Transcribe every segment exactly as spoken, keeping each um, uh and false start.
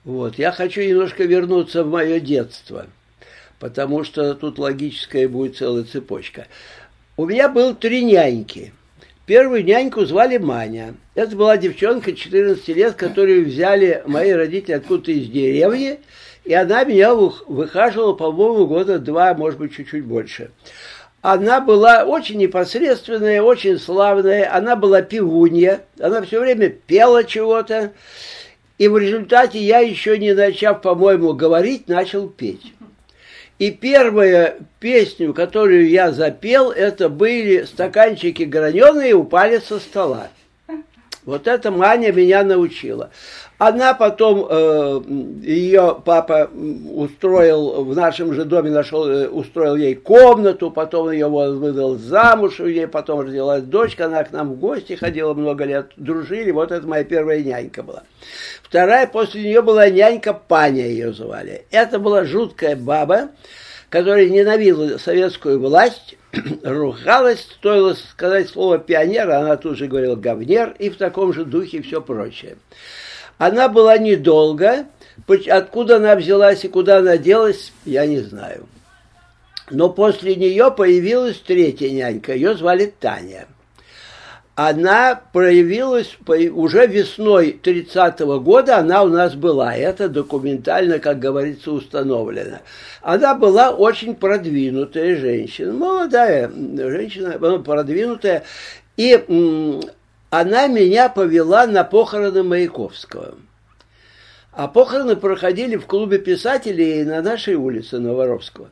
Вот. Я хочу немножко вернуться в мое детство, потому что тут логическая будет целая цепочка. У меня было три няньки. Первую няньку звали Маня. Это была девчонка четырнадцати лет, которую взяли мои родители откуда-то из деревни, и она меня выхаживала, по-моему, года два, может быть, чуть-чуть больше. Она была очень непосредственная, очень славная, она была певунья, она все время пела чего-то, и в результате я, еще не начав, по-моему, говорить, начал петь. И первую песню, которую я запел, это были «Стаканчики граненые упали со стола». Вот это Маня меня научила. Она потом, э, ее папа устроил, в нашем же доме нашел, устроил ей комнату, потом ее выдал замуж, у нее потом родилась дочка, она к нам в гости ходила много лет, дружили, вот это моя первая нянька была. Вторая после нее была нянька Паня, ее звали. Это была жуткая баба, которая ненавидела советскую власть, ругалась, стоило сказать слово «пионер», она тут же говорила «говнер», и в таком же духе все прочее. Она была недолго, откуда она взялась и куда она делась, я не знаю. Но после нее появилась третья нянька, ее звали Таня. Она проявилась уже весной тридцатого года, она у нас была, это документально, как говорится, установлено. Она была очень продвинутая женщина, молодая женщина, продвинутая, и она меня повела на похороны Маяковского. А похороны проходили в клубе писателей на нашей улице Новоровского.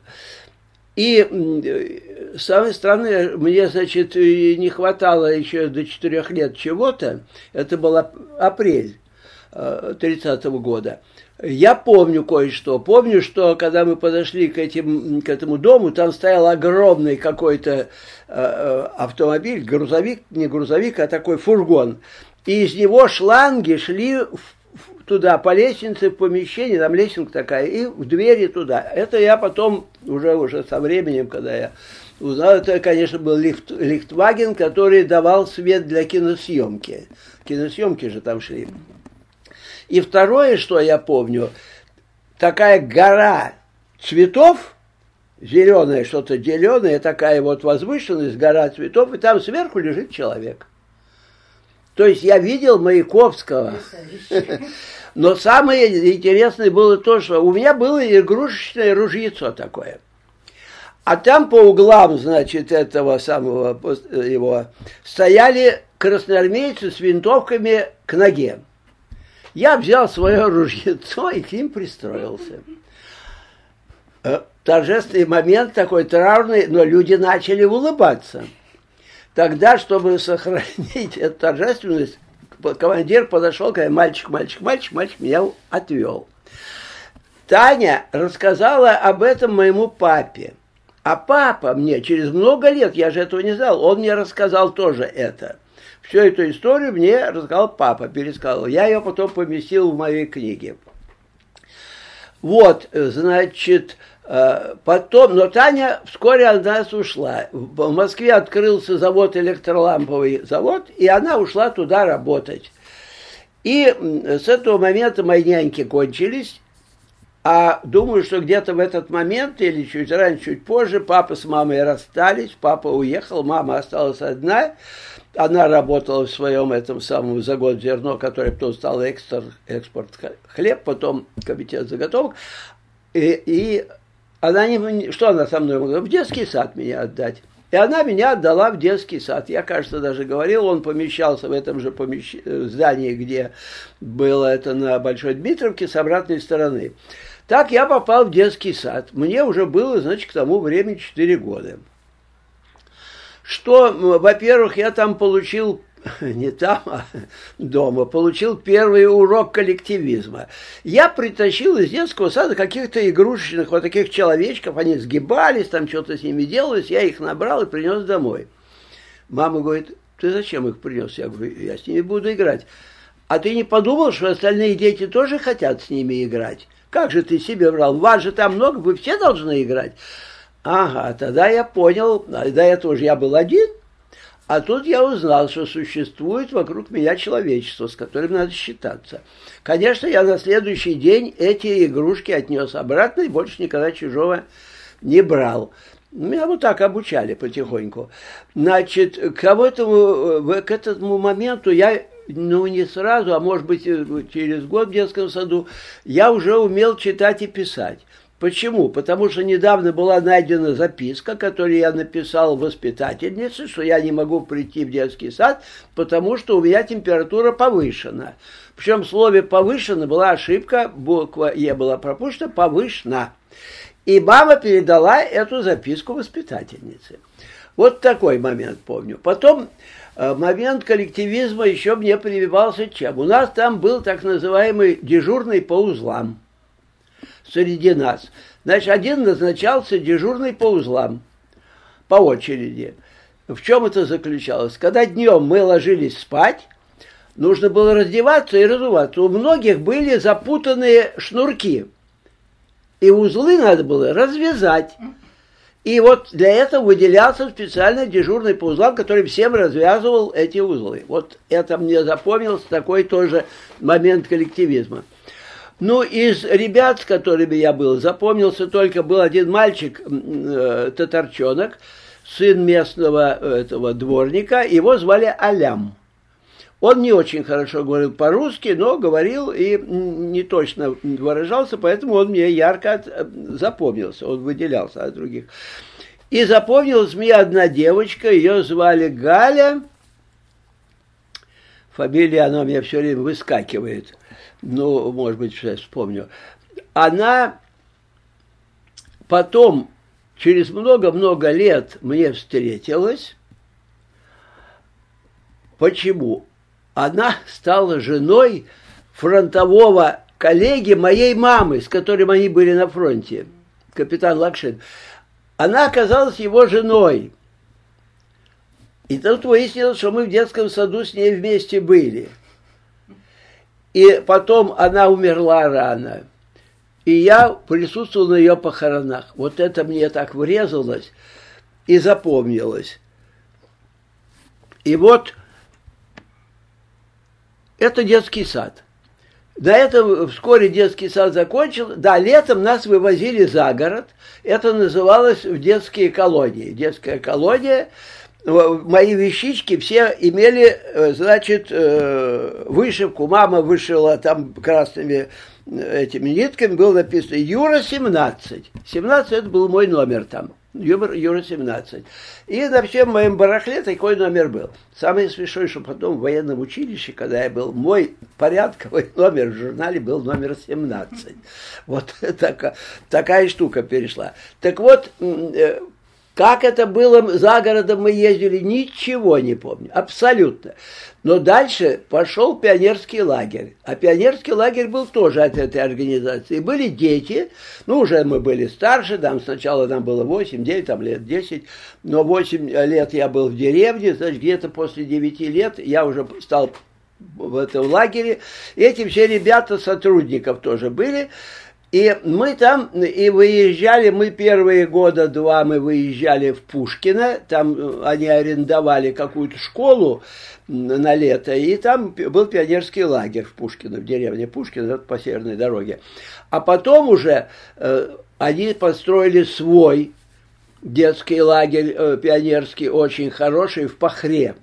И самое странное, мне, значит, не хватало еще до четырех лет чего-то, это был апрель тридцатого года. Я помню кое-что. Помню, что когда мы подошли к, этим, к этому дому, там стоял огромный какой-то э, автомобиль, грузовик, не грузовик, а такой фургон. И из него шланги шли в, в, туда, по лестнице, в помещение, там лесенка такая, и в двери туда. Это я потом, уже, уже со временем, когда я узнал, это, конечно, был лифт, лифтваген, который давал свет для киносъемки. Киносъемки же там шли. И второе, что я помню, такая гора цветов, зеленая, что-то зеленое, такая вот возвышенность, гора цветов, и там сверху лежит человек. То есть я видел Маяковского. Но самое интересное было то, что у меня было игрушечное ружьецо такое. А там по углам, значит, этого самого его стояли красноармейцы с винтовками к ноге. Я взял свое ружьецо и к ним пристроился. Торжественный момент такой траурный, но люди начали улыбаться. Тогда, чтобы сохранить эту торжественность, командир подошел, говорит: мальчик, мальчик, мальчик, мальчик, меня отвел. Таня рассказала об этом моему папе. А папа мне через много лет, я же этого не знал, он мне рассказал тоже это. Всю эту историю мне рассказал папа, пересказал. Я ее потом поместил в моей книге. Вот, значит, потом, но Таня вскоре от нас ушла. В Москве открылся завод, электроламповый завод, и она ушла туда работать. И с этого момента мои няньки кончились. А думаю, что где-то в этот момент, или чуть раньше, чуть позже, папа с мамой расстались, папа уехал, мама осталась одна. Она работала в своем этом самом заводе зерно, который потом стал экспорт, экспорт хлеб, потом комитет заготовок. И, и она не, что она со мной могла? В детский сад меня отдать. И она меня отдала в детский сад. Я, кажется, даже говорил, он помещался в этом же помещ... здании, где было это на Большой Дмитровке, с обратной стороны. Так я попал в детский сад. Мне уже было, значит, к тому времени четыре года. Что, во-первых, я там получил, не там, а дома, получил первый урок коллективизма. Я притащил из детского сада каких-то игрушечных вот таких человечков, они сгибались, там что-то с ними делалось, я их набрал и принес домой. Мама говорит: ты зачем их принес? Я говорю: я с ними буду играть. А ты не подумал, что остальные дети тоже хотят с ними играть? Как же ты себе брал? Вас же там много, вы все должны играть. Ага, тогда я понял, до этого же я был один, А тут я узнал, что существует вокруг меня человечество, с которым надо считаться. Конечно, я на следующий день эти игрушки отнес обратно и больше никогда чужого не брал. Меня вот так обучали потихоньку. Значит, к этому, к этому моменту я, ну не сразу, а может быть через год в детском саду, я уже умел читать и писать. Почему? Потому что недавно была найдена записка, которую я написал воспитательнице, что я не могу прийти в детский сад, потому что у меня температура повышена. Причем в слове «повышена» была ошибка, буква «е» была пропущена, «повышена». И мама передала эту записку воспитательнице. Вот такой момент помню. Потом момент коллективизма еще мне прививался чем? У нас там был так называемый дежурный по узлам. Среди нас. Значит, один назначался дежурный по узлам, по очереди. В чем это заключалось? Когда днем мы ложились спать, нужно было раздеваться и разуваться. У многих были запутанные шнурки, и узлы надо было развязать. И вот для этого выделялся специально дежурный по узлам, который всем развязывал эти узлы. Вот это мне запомнился, такой тоже момент коллективизма. Ну, из ребят, с которыми я был, запомнился только был один мальчик, э, татарчонок, сын местного этого дворника, его звали Алям. Он не очень хорошо говорил по-русски, но говорил и не точно выражался, поэтому он мне ярко запомнился, он выделялся от других. И запомнилась мне одна девочка, ее звали Галя, фамилия, она у меня все время выскакивает. Ну, может быть, сейчас вспомню. Она потом, через много-много лет, мне встретилась. Почему? Она стала женой фронтового коллеги моей мамы, с которым они были на фронте, капитан Лакшин. Она оказалась его женой. И тут выяснилось, что мы в детском саду с ней вместе были. И потом она умерла рано. И я присутствовал на ее похоронах. Вот это мне так врезалось и запомнилось. И вот это детский сад. До этого вскоре детский сад закончил. Да, летом нас вывозили за город. Это называлось в детские колонии. Детская колония. Мои вещички все имели, значит, вышивку. Мама вышила там красными этими нитками, было написано Юра семнадцать. семнадцать это был мой номер там. Юра семнадцать. И на всем моем барахле такой номер был. Самое смешное, что потом в военном училище, когда я был, мой порядковый номер в журнале был номер семнадцать. Вот такая, такая штука перешла. Так вот, как это было, за городом мы ездили, ничего не помню, абсолютно. Но дальше пошел пионерский лагерь. А пионерский лагерь был тоже от этой организации. Были дети, ну уже мы были старше, там сначала нам было восемь, девять, там лет десять, но восемь лет я был в деревне, значит где-то после девяти лет я уже стал в этом лагере. Эти все ребята сотрудников тоже были. И мы там и выезжали, мы первые года два мы выезжали в Пушкино, там они арендовали какую-то школу на лето, и там был пионерский лагерь в Пушкино, в деревне Пушкино, это по северной дороге. А потом уже э, они построили свой детский лагерь э, пионерский, очень хороший, в Пахре.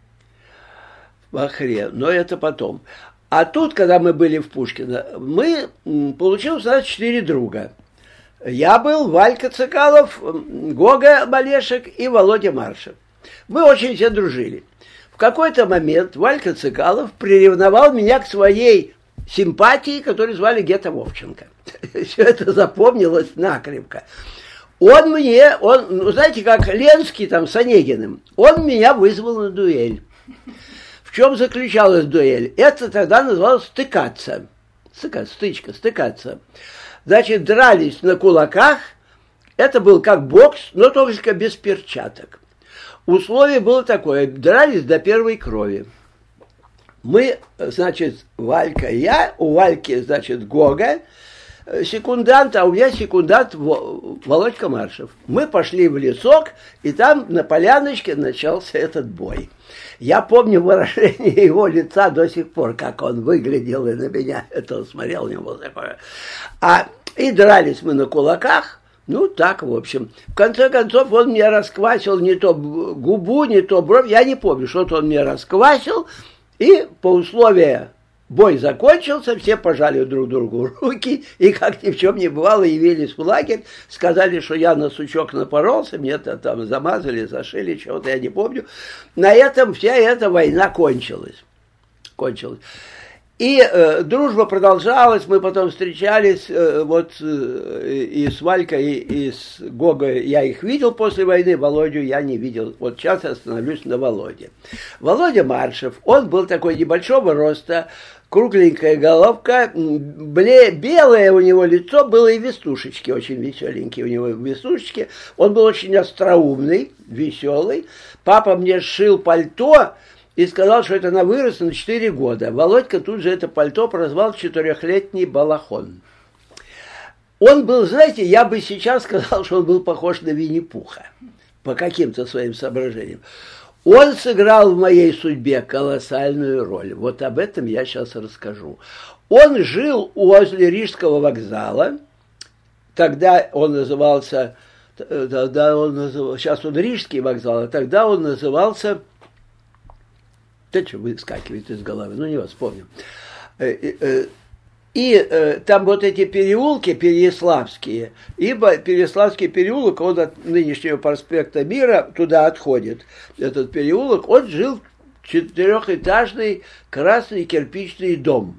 В Пахре, но это потом. А тут, когда мы были в Пушкино, мы, получилось у нас четыре друга. Я был, Валька Цикалов, Гога Малешек и Володя Маршев. Мы очень все дружили. В какой-то момент Валька Цикалов приревновал меня к своей симпатии, которую звали Гета Вовченко. Все это запомнилось накрепко. Он мне, он, ну, знаете, как Ленский там с Онегиным, он меня вызвал на дуэль. В чем заключалась дуэль? Это тогда называлось стыкаться. Стыкаться, стычка, стыкаться. Значит, дрались на кулаках. Это был как бокс, но только без перчаток. Условие было такое. Дрались до первой крови. Мы, значит, Валька и я, у Вальки, значит, Гога, секундант, а у меня секундант Володька Маршев. Мы пошли в лесок, и там на поляночке начался этот бой. Я помню выражение его лица до сих пор, как он выглядел, и на меня это смотрел, у него было такое. А, и дрались мы на кулаках. Ну, так, в общем. В конце концов, он мне расквасил не то губу, не то бровь. Я не помню, что-то он мне расквасил. И по условию бой закончился, все пожали друг другу руки. И, как ни в чем не бывало, явились в лагерь. Сказали, что я на сучок напоролся. Мне-то там замазали, зашили, чего-то я не помню. На этом вся эта война кончилась. Кончилась. И э, дружба продолжалась, мы потом встречались, э, вот э, и с Валькой, и, и с Гогой я их видел после войны, Володю я не видел. Вот сейчас я остановлюсь на Володе. Володя Маршев, он был такой небольшого роста, кругленькая головка, бле, белое у него лицо, было и веснушечки, очень веселенькие у него веснушечки. Он был очень остроумный, веселый. Папа мне сшил пальто, и сказал, что это на вырос на четыре года. Володька тут же это пальто прозвал четырехлетний балахон. Он был, знаете, я бы сейчас сказал, что он был похож на Винни-Пуха. По каким-то своим соображениям. Он сыграл в моей судьбе колоссальную роль. Вот об этом я сейчас расскажу. Он жил возле Рижского вокзала. Тогда он назывался... Тогда он назывался сейчас он Рижский вокзал, а тогда он назывался... Да что выскакивает из головы, ну не вас вспомним. И, и там вот эти переулки переяславские, ибо Переяславский переулок, он от нынешнего проспекта Мира туда отходит, этот переулок, он жил в четырехэтажный красный кирпичный дом.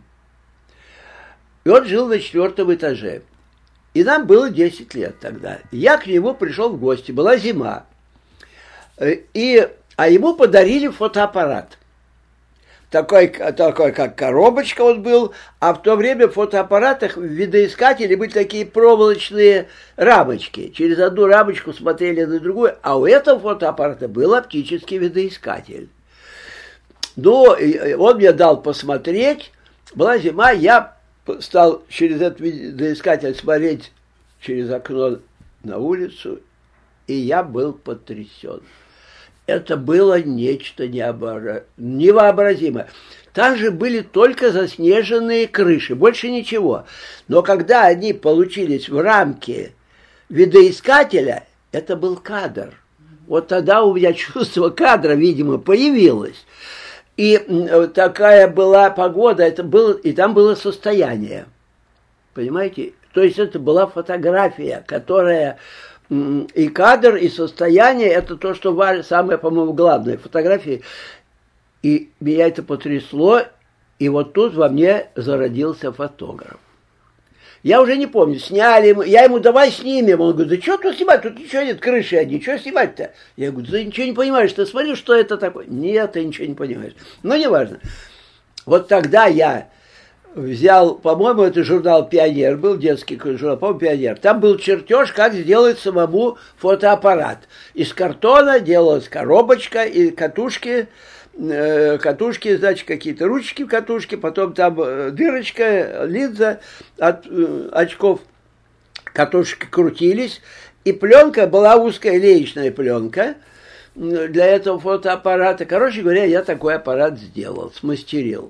И он жил на четвертом этаже. И нам было десять лет тогда. Я к нему пришел в гости, была зима. И, а ему подарили фотоаппарат. Такой, такой, как коробочка он был, а в то время в фотоаппаратах в видоискателе были такие проволочные рамочки. Через одну рамочку смотрели на другую, а у этого фотоаппарата был оптический видоискатель. Ну, он мне дал посмотреть, была зима, я стал через этот видоискатель смотреть через окно на улицу, и я был потрясен. Это было нечто невообразимое. Там же были только заснеженные крыши, больше ничего. Но когда они получились в рамке видоискателя, это был кадр. Вот тогда у меня чувство кадра, видимо, появилось. И такая была погода, это было, и там было состояние. Понимаете? То есть это была фотография, которая... И кадр, и состояние, это то, что самое, по-моему, главное в фотографии. И меня это потрясло, и вот тут во мне зародился фотограф. Я уже не помню, сняли, я ему давай снимем. Он говорит, да что тут снимать, тут ничего нет, крыши одни, что снимать-то? Я говорю, да ничего не понимаешь, ты смотри, что это такое. Нет, ты ничего не понимаешь. Но неважно. Вот тогда я... взял, по-моему, это журнал «Пионер» был, детский журнал, по-моему, «Пионер». Там был чертеж, как сделать самому фотоаппарат. Из картона делалась коробочка и катушки, э, катушки, значит, какие-то ручки в катушке, потом там дырочка, линза от э, очков, катушки крутились, и пленка была узкая леечная пленка для этого фотоаппарата. Короче говоря, я такой аппарат сделал, смастерил.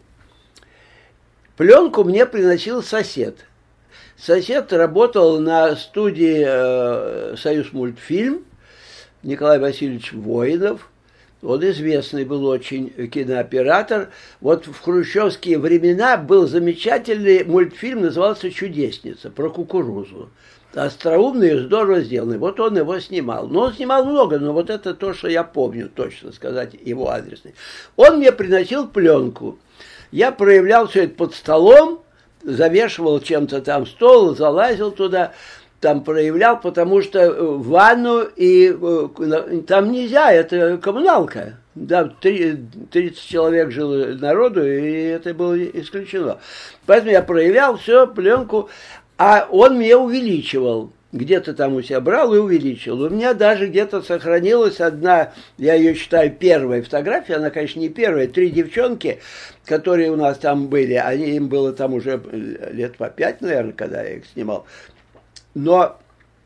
Пленку мне приносил сосед. Сосед работал на студии э, «Союзмультфильм», Николай Васильевич Воинов. Он известный был очень кинооператор. Вот в хрущевские времена был замечательный мультфильм, назывался «Чудесница», про кукурузу. Остроумный и здорово сделанный. Вот он его снимал. Но он снимал много, но вот это то, что я помню, точно сказать, его адресный. Он мне приносил пленку. Я проявлял все это под столом, завешивал чем-то там стол, залазил туда, там проявлял, потому что в ванну и там нельзя, это коммуналка. Да, тридцать человек жило народу, и это было исключено. Поэтому я проявлял все, пленку, а он мне увеличивал. где-то там у себя брал и увеличил. У меня даже где-то сохранилась одна, я ее считаю первой фотографией, она, конечно, не первая, три девчонки, которые у нас там были, они, им было там уже лет по пять, наверное, когда я их снимал. Но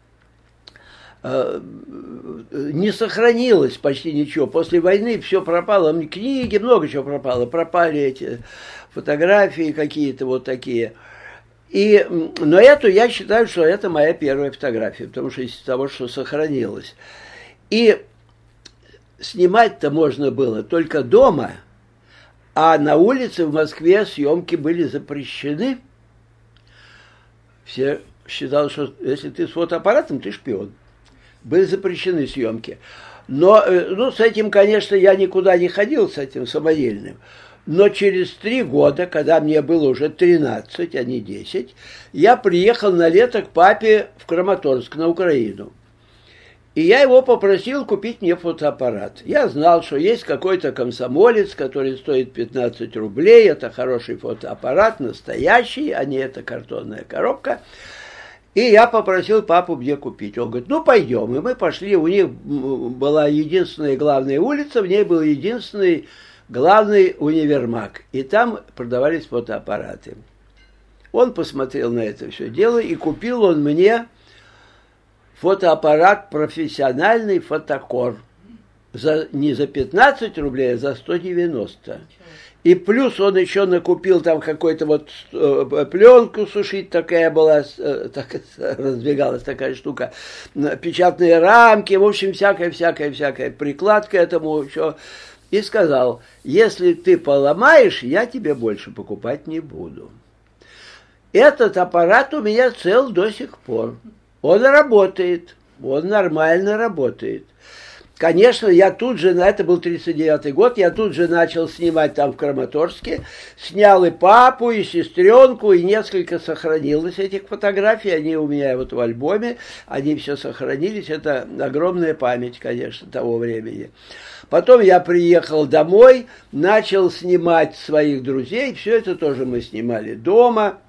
э, не сохранилось почти ничего. После войны все пропало, книги, много чего пропало, пропали эти фотографии какие-то вот такие. И, но эту я считаю, что это моя первая фотография, потому что из того, что сохранилось. И снимать-то можно было только дома, а на улице в Москве съемки были запрещены. Все считали, что если ты с фотоаппаратом, ты шпион. Были запрещены съемки. Но ну, с этим, конечно, я никуда не ходил, с этим самодельным. Но через три года, когда мне было уже тринадцать, а не десять, я приехал на лето к папе в Краматорск, на Украину. И я его попросил купить мне фотоаппарат. Я знал, что есть какой-то комсомолец, который стоит пятнадцать рублей. Это хороший фотоаппарат, настоящий, а не эта картонная коробка. И я попросил папу мне купить. Он говорит, ну пойдем. И мы пошли. У них была единственная главная улица, в ней был единственный главный универмаг, и там продавались фотоаппараты. Он посмотрел на это все дело, и купил он мне фотоаппарат профессиональный фотокор. За, не за пятнадцать рублей, а за сто девяносто. И плюс он еще накупил там какой-то вот э, пленку сушить, такая была, э, так, раздвигалась такая штука, печатные рамки, в общем, всякая-всякая-всякая прикладка этому еще. И сказал, если ты поломаешь, я тебе больше покупать не буду. Этот аппарат у меня цел до сих пор. Он работает, он нормально работает. Конечно, я тут же, это был тридцать девятый год, я тут же начал снимать там в Краматорске, снял и папу, и сестренку, и несколько сохранилось этих фотографий, они у меня вот в альбоме, они все сохранились, это огромная память, конечно, того времени. Потом я приехал домой, начал снимать своих друзей, все это тоже мы снимали дома.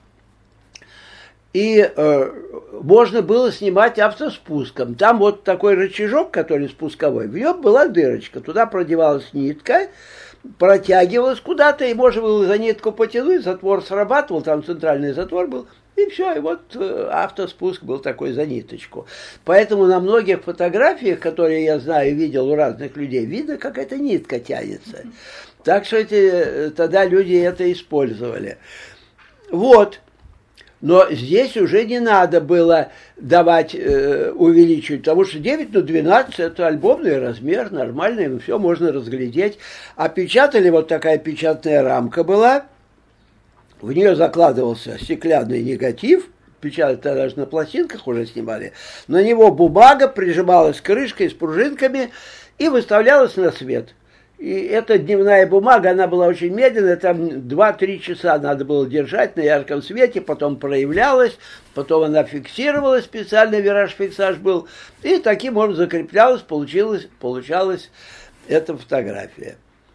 И э, можно было снимать автоспуском. Там вот такой рычажок, который спусковой, в нем была дырочка. Туда продевалась нитка, протягивалась куда-то, и можно было за нитку потянуть, затвор срабатывал, там центральный затвор был, и все, и вот э, автоспуск был такой за ниточку. Поэтому на многих фотографиях, которые я знаю и видел у разных людей, видно, как эта нитка тянется. Так что эти, тогда люди это использовали. Вот. Но здесь уже не надо было давать, э, увеличивать, потому что девять на двенадцать это альбомный размер, нормальный, все можно разглядеть. А печатали, вот такая печатная рамка была, в нее закладывался стеклянный негатив, печатали даже на пластинках уже снимали, на него бумага прижималась крышкой с пружинками и выставлялась на свет. И эта дневная бумага, она была очень медленная, там два-три часа надо было держать на ярком свете, потом проявлялась, потом она фиксировалась, специальный вираж-фиксаж был, и таким образом закреплялась, получилась, получалась эта фотография.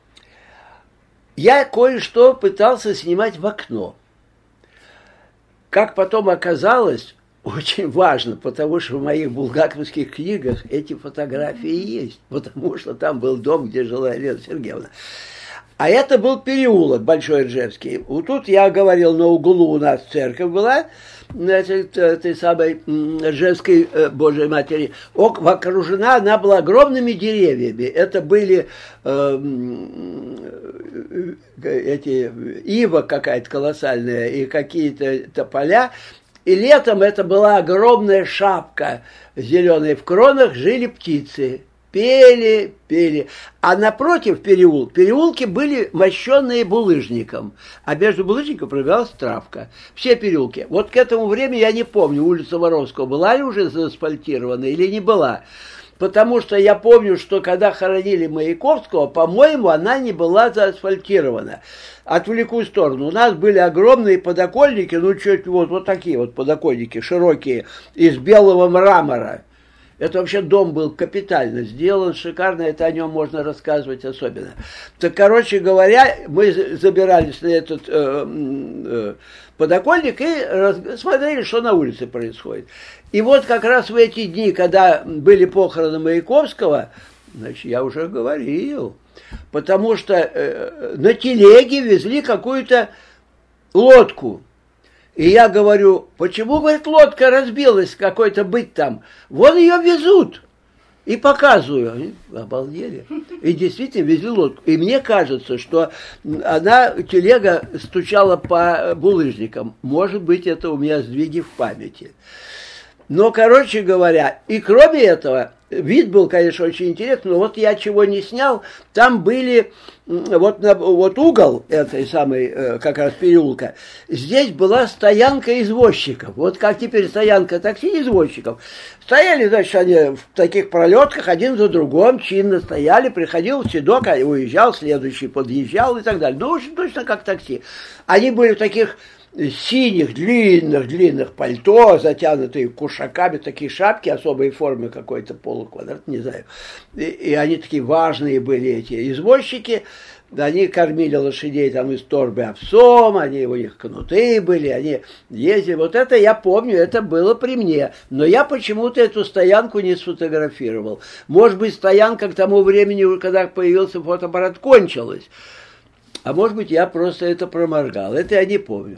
Я кое-что пытался снимать в окно. Как потом оказалось, очень важно, потому что в моих булгаковских книгах эти фотографии есть, потому что там был дом, где жила Елена Сергеевна. А это был переулок Большой Ржевский. Вот тут я говорил, на углу у нас церковь была, значит, этой самой Ржевской Божьей Матери. Окружена она была огромными деревьями. Это были э, эти ива какая-то колоссальная и какие-то тополя. И летом это была огромная шапка зеленой, в кронах жили птицы. Пели, пели. А напротив переулок, переулки были мощенные булыжником. А между булыжником пробивалась травка. Все переулки. Вот к этому времени я не помню, улица Воровского была ли уже заасфальтирована или не была. Потому что я помню, что когда хоронили Маяковского, по-моему, она не была заасфальтирована. Отвлеку в сторону. У нас были огромные подоконники, ну чуть вот, вот такие вот подоконники, широкие, из белого мрамора. Это вообще дом был капитально сделан, шикарно, это о нем можно рассказывать особенно. Так, короче говоря, мы забирались на этот э, э, подоконник и раз, смотрели, что на улице происходит. И вот как раз в эти дни, когда были похороны Маяковского, значит, я уже говорил, потому что э, на телеге везли какую-то лодку. И я говорю, почему, говорит, лодка разбилась, какой-то быть там? Вон ее везут. И показываю. Они обалдели. И действительно везли лодку. И мне кажется, что она, телега стучала по булыжникам. Может быть, это у меня сдвиги в памяти. Но, короче говоря, и кроме этого, вид был, конечно, очень интересный, но вот я чего не снял, там были, вот, вот угол этой самой, как раз переулка, здесь была стоянка извозчиков, вот как теперь стоянка такси извозчиков. Стояли, значит, они в таких пролетках, один за другим, чинно стояли, приходил седок, уезжал, следующий подъезжал и так далее. Ну, очень точно как такси. Они были в таких синих, длинных, длинных пальто, затянутые кушаками, такие шапки особой формы, какой-то полуквадрат, не знаю. И, и они такие важные были, эти извозчики. Они кормили лошадей там из торбы овсом, они у них кнуты были, они ездили. Вот это я помню, это было при мне. Но я почему-то эту стоянку не сфотографировал. Может быть, стоянка к тому времени, когда появился фотоаппарат, кончилась. А может быть, я просто это проморгал. Это я не помню.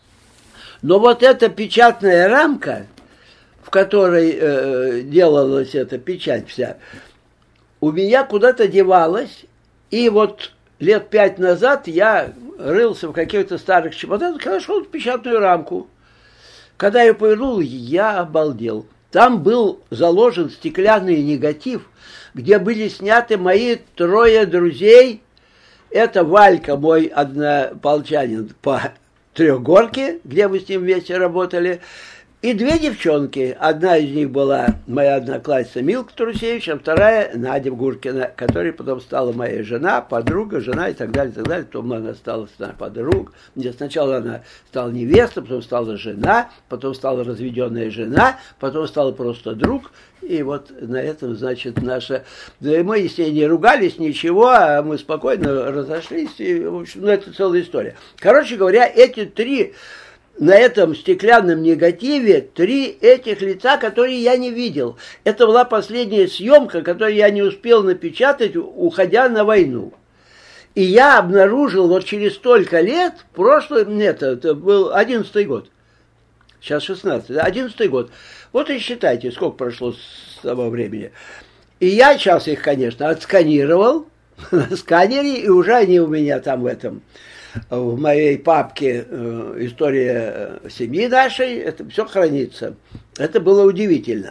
Но вот эта печатная рамка, в которой э, делалась эта печать вся, у меня куда-то девалась. И вот лет пять назад я рылся в каких-то старых чемоданах, нашел печатную рамку. Когда я повернул, я обалдел. Там был заложен стеклянный негатив, где были сняты мои трое друзей. Это Валька, мой однополчанин по Трехгорке, где мы с ним вместе работали, и две девчонки. Одна из них была моя одноклассница Милка Трусевич, а вторая Надя Гуркина, которая потом стала моя жена, подруга, жена и так далее, и так далее. Потом она стала подруга. Сначала она стала невеста, потом стала жена, потом стала разведенная жена, потом стала просто друг. И вот на этом, значит, наша... Да и мы с ней не ругались, ничего, а мы спокойно разошлись. И, в общем, ну, это целая история. Короче говоря, эти три... На этом стеклянном негативе три этих лица, которые я не видел. Это была последняя съемка, которую я не успел напечатать, уходя на войну. И я обнаружил вот через столько лет, прошлый, нет, это был одиннадцатый год, сейчас шестнадцатый, одиннадцатый год. Вот и считайте, сколько прошло с того времени. И я сейчас их, конечно, отсканировал на сканере, и уже они у меня там в этом... в моей папке э, «История семьи нашей», это все хранится. Это было удивительно.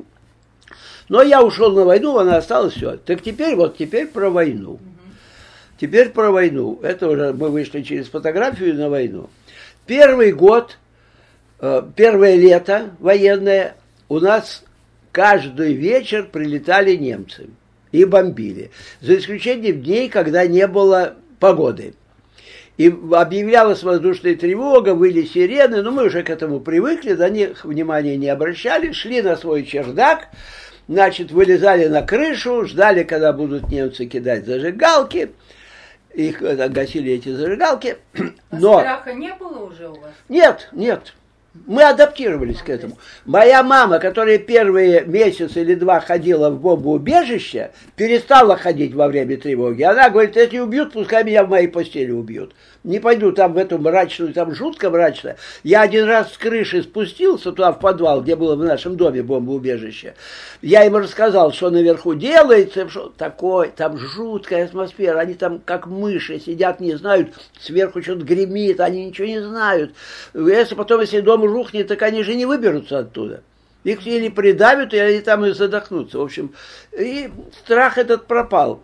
Но я ушел на войну, она осталась, все. Так теперь, вот теперь про войну. Теперь про войну. Это уже мы вышли через фотографию на войну. Первый год, э, первое лето военное, у нас каждый вечер прилетали немцы и бомбили. За исключением дней, когда не было погоды. И объявлялась воздушная тревога, выли сирены, но мы уже к этому привыкли, на них внимания не обращали, шли на свой чердак, значит, вылезали на крышу, ждали, когда будут немцы кидать зажигалки, их гасили эти зажигалки. Но... А страха не было уже у вас? Нет, нет. Мы адаптировались к этому. Моя мама, которая первые месяцы или два ходила в бомбоубежище, перестала ходить во время тревоги. Она говорит, если убьют, пускай меня в моей постели убьют. Не пойду там в эту мрачную, там жутко мрачно. Я один раз с крыши спустился туда в подвал, где было в нашем доме бомбоубежище. Я им рассказал, что наверху делается, что такое, там жуткая атмосфера. Они там как мыши сидят, не знают, сверху что-то гремит, они ничего не знают. Если потом, если дом рухнет, так они же не выберутся оттуда. Их или придавят, или они там и задохнутся. В общем, и страх этот пропал.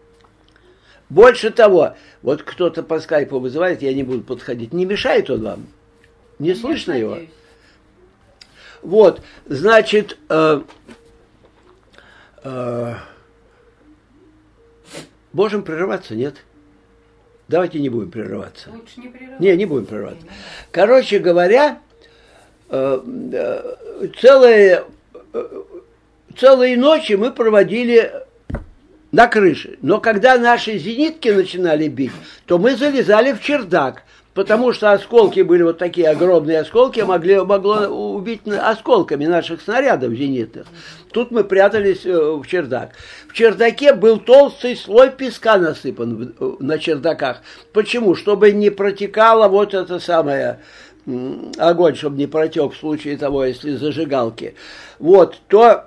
Больше того, вот кто-то по скайпу вызывает, я не буду подходить. Не мешает он вам? Не слышно его? Вот, значит, э, э, можем прерываться, нет? Давайте не будем прерываться. Лучше не прерываться. Не, не будем прерываться. Короче говоря, э, э, целое... Э, целые ночи мы проводили на крыше. Но когда наши зенитки начинали бить, то мы залезали в чердак. Потому что осколки были вот такие огромные осколки, могли, могло убить осколками наших снарядов зенитных. Тут мы прятались в чердак. В чердаке был толстый слой песка насыпан на чердаках. Почему? Чтобы не протекало вот это самое, огонь, чтобы не протек в случае того, если зажигалки. Вот, то...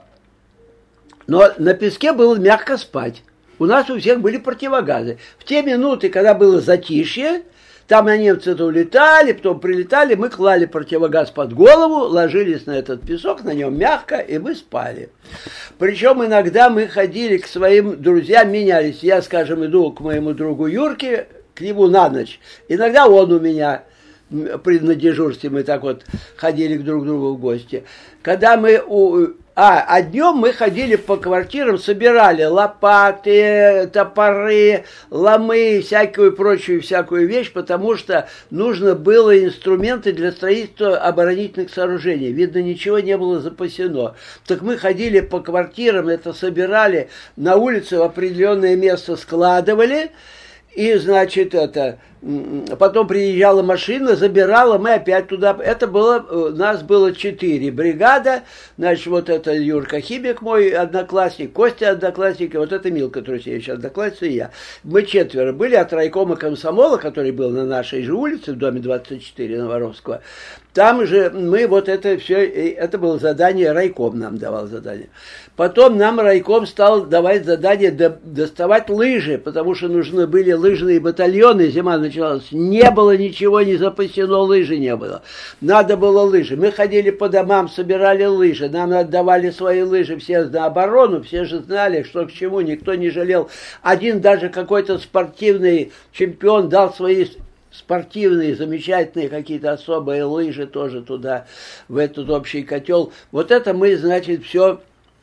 Но на песке было мягко спать. У нас у всех были противогазы. В те минуты, когда было затишье, там на немцы-то улетали, потом прилетали, мы клали противогаз под голову, ложились на этот песок, на нем мягко, и мы спали. Причем иногда мы ходили к своим друзьям, менялись. Я, скажем, иду к моему другу Юрке, к нему на ночь. Иногда он у меня, при, на дежурстве мы так вот ходили к друг другу в гости. Когда мы... У, А, а днем мы ходили по квартирам, собирали лопаты, топоры, ломы, всякую прочую всякую вещь, потому что нужно было инструменты для строительства оборонительных сооружений. Видно, ничего не было запасено. Так мы ходили по квартирам, это собирали, на улице в определенное место складывали, и, значит, это... Потом приезжала машина, забирала, мы опять туда. Это было, нас было четыре бригада. Значит, вот это Юрка Хибик, мой одноклассник, Костя одноклассник, и вот это Милка Трусевич, одноклассник, и я. Мы четверо были от райкома комсомола, который был на нашей же улице, в доме двадцать четыре на Воровского. Там же мы вот это все, это было задание, райком нам давал задание. Потом нам райком стал давать задание до, доставать лыжи, потому что нужны были лыжные батальоны, зима началась. Не было ничего, не запасено, лыжи не было. Надо было лыжи. Мы ходили по домам, собирали лыжи, нам отдавали свои лыжи все на оборону, все же знали, что к чему, никто не жалел. Один даже какой-то спортивный чемпион дал свои... спортивные, замечательные какие-то особые лыжи тоже туда, в этот общий котел. Вот это мы, значит, все,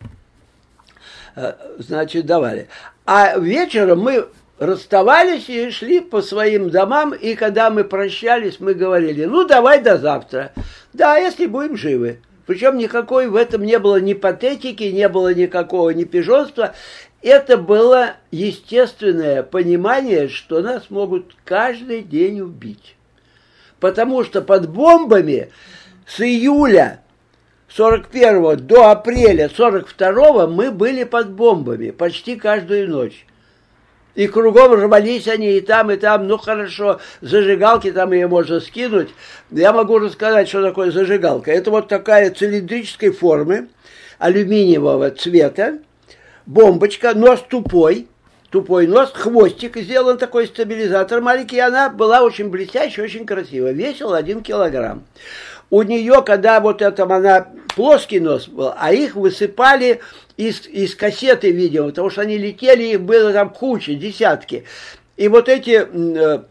значит, давали. А вечером мы расставались и шли по своим домам, и когда мы прощались, мы говорили, ну, давай до завтра. Да, если будем живы. Причем никакой в этом не было ни патетики, не было никакого ни пижонства. Это было естественное понимание, что нас могут каждый день убить. Потому что под бомбами с июля сорок первого до апреля сорок второго мы были под бомбами почти каждую ночь. И кругом рвались они и там, и там. Ну хорошо, зажигалки там ее можно скинуть. Я могу рассказать, что такое зажигалка. Это вот такая цилиндрической формы, алюминиевого цвета, бомбочка, нос тупой, тупой нос, хвостик сделан такой стабилизатор маленький, и она была очень блестящая, очень красивая, весила один килограмм. У нее, когда вот это она плоский нос был, а их высыпали из, из кассеты, видимо, потому что они летели, их было там куча, десятки. И вот эти э,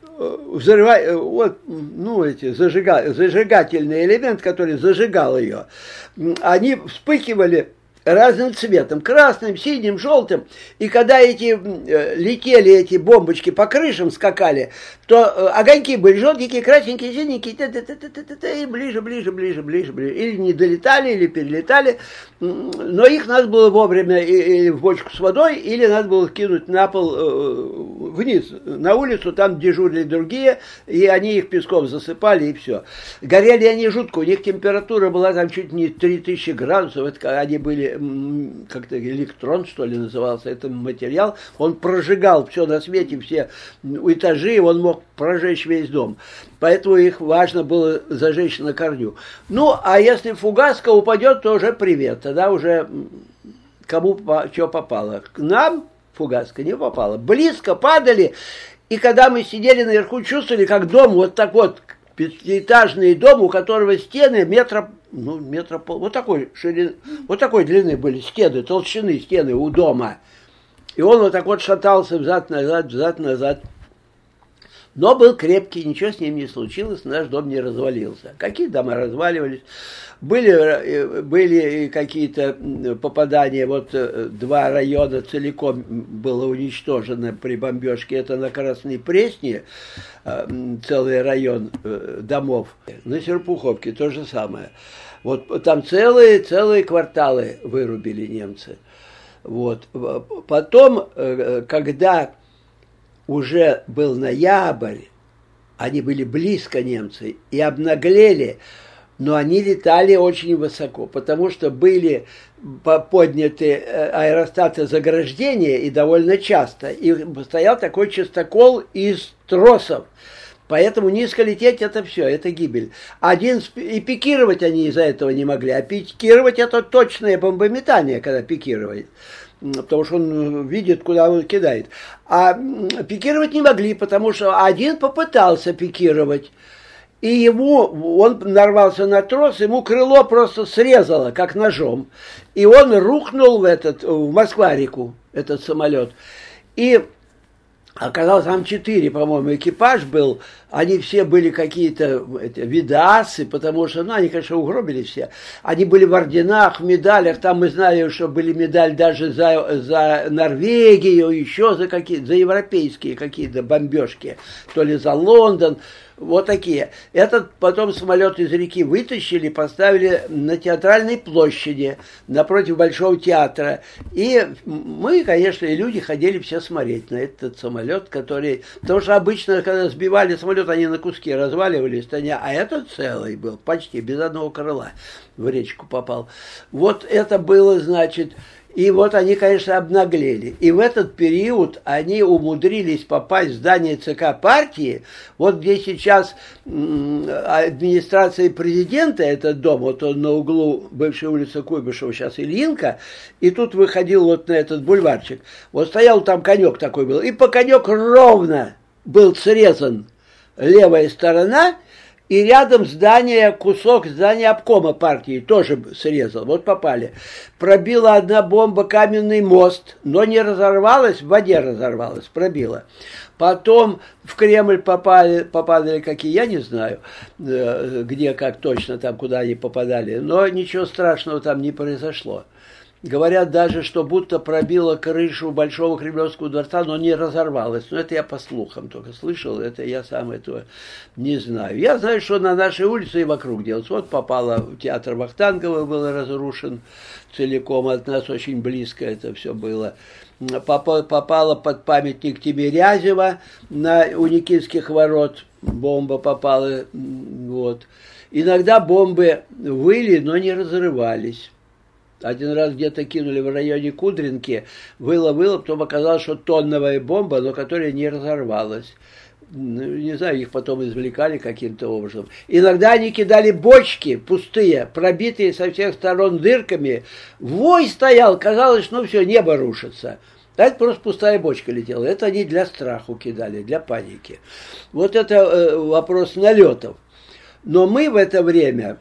взрыва, вот, ну, эти зажига, зажигательные элементы, которые зажигал ее, они вспыхивали разным цветом, красным, синим, желтым. И когда эти э, летели эти бомбочки по крышам, скакали, то э, огоньки были желтенькие, красненькие, синенькие, та -та -та -та -та -та, и ближе, ближе, ближе, ближе, ближе. Или не долетали, или перелетали. Но их надо было вовремя или в бочку с водой, или надо было кинуть на пол, э, вниз, на улицу, там дежурили другие, и они их песком засыпали, и все. Горели они жутко, у них температура была там чуть не три тысячи градусов, это, они были как-то электрон, что ли, назывался этот материал, он прожигал все на свете, все этажи, он мог прожечь весь дом. Поэтому их важно было зажечь на корню. Ну, а если фугаска упадет, то уже привет, тогда уже кому что попало. К нам фугаска не попала. Близко падали, и когда мы сидели наверху, чувствовали, как дом вот так вот, пятиэтажный дом, у которого стены метра, ну, метра пол, вот такой ширины, вот такой длины были стены, толщины стены у дома. И он вот так вот шатался взад-назад, взад-назад. Но был крепкий, ничего с ним не случилось, наш дом не развалился. Какие дома разваливались? Были, были какие-то попадания, вот два района целиком было уничтожено при бомбежке. Это на Красной Пресне, целый район домов. На Серпуховке то же самое. Вот там целые, целые кварталы вырубили немцы. Вот. Потом, когда уже был ноябрь, они были близко, немцы, и обнаглели, но они летали очень высоко, потому что были подняты аэростаты заграждения, и довольно часто, и стоял такой частокол из тросов. Поэтому низко лететь — это все, это гибель. Один, и пикировать они из-за этого не могли, а пикировать — это точное бомбометание, когда пикировать. Потому что он видит, куда он кидает. А пикировать не могли, потому что один попытался пикировать, и ему, он нарвался на трос, ему крыло просто срезало, как ножом. И он рухнул в, этот, в Москва-реку, этот самолет. И оказалось, там четыре, по-моему, экипаж был. Они все были какие-то видасы, потому что, ну, они, конечно, угробили все. Они были в орденах, в медалях. Там мы знали, что были медали даже за, за Норвегию, еще за какие-то, за европейские какие-то бомбежки. То ли за Лондон. Вот такие. Этот потом самолет из реки вытащили, поставили на Театральной площади, напротив Большого театра. И мы, конечно, и люди ходили все смотреть на этот самолет, который... Потому что обычно, когда сбивали самолет, они на куски разваливались, а этот целый был, почти без одного крыла в речку попал. Вот это было, значит... И вот они, конечно, обнаглели. И в этот период они умудрились попасть в здание ЦК партии, вот где сейчас администрация президента, этот дом, вот он на углу бывшей улицы Куйбышева, сейчас Ильинка, и тут выходил вот на этот бульварчик. Вот стоял там конек такой был, и по конек ровно был срезан левая сторона, и рядом здание, кусок здания обкома партии тоже срезал. Вот попали. Пробила одна бомба каменный мост, но не разорвалась, в воде разорвалась, пробила. Потом в Кремль попали, попадали какие, я не знаю, где, как точно, там, куда они попадали. Но ничего страшного там не произошло. Говорят даже, что будто пробило крышу Большого Кремлевского дворца, но не разорвалось. Но это я по слухам только слышал, это я сам этого не знаю. Я знаю, что на нашей улице и вокруг делается. Вот попало, театр Вахтангова был разрушен целиком, от нас очень близко это все было. Попало под памятник Тимирязева на, у Никитских ворот, бомба попала. Вот. Иногда бомбы выли, но не разрывались. Один раз где-то кинули в районе Кудринки, выло-выло, потом оказалось, что тонновая бомба, но которая не разорвалась. Не знаю, их потом извлекали каким-то образом. Иногда они кидали бочки пустые, пробитые со всех сторон дырками. Вой стоял, казалось, ну все, небо рушится. А это просто пустая бочка летела. Это они для страху кидали, для паники. Вот это э, вопрос налетов. Но мы в это время...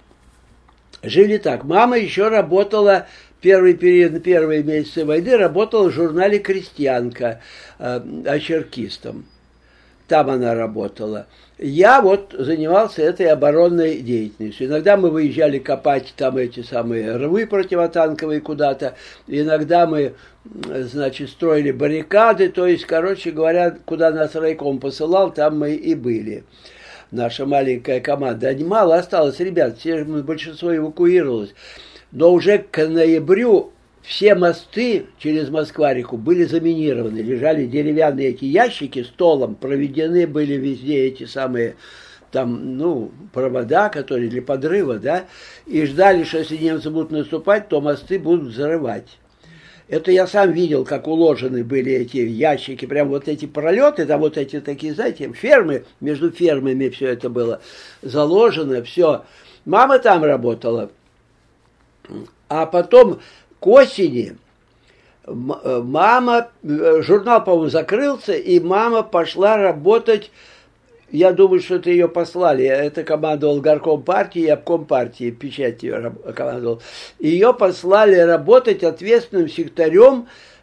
жили так. Мама еще работала, первый период, первые месяцы войны, работала в журнале «Крестьянка» э, очеркистом. Там она работала. Я вот занимался этой оборонной деятельностью. Иногда мы выезжали копать там эти самые рвы противотанковые куда-то. Иногда мы, значит, строили баррикады. То есть, короче говоря, куда нас райком посылал, там мы и были. Наша маленькая команда. Мало осталось ребят, все, большинство эвакуировалось. Но уже к ноябрю все мосты через Москва-реку были заминированы. Лежали деревянные эти ящики с толом, проведены были везде эти самые там, ну, провода, которые для подрыва, да, и ждали, что если немцы будут наступать, то мосты будут взрывать. Это я сам видел, как уложены были эти ящики, прям вот эти пролеты, там вот эти такие, знаете, фермы, между фермами все это было заложено, все. Мама там работала. А потом к осени мама, журнал, по-моему, закрылся, и мама пошла работать. Я думаю, что это ее послали. Это командовал горком партии и обком партии, печать ее командовал. Ее послали работать ответственным секретарем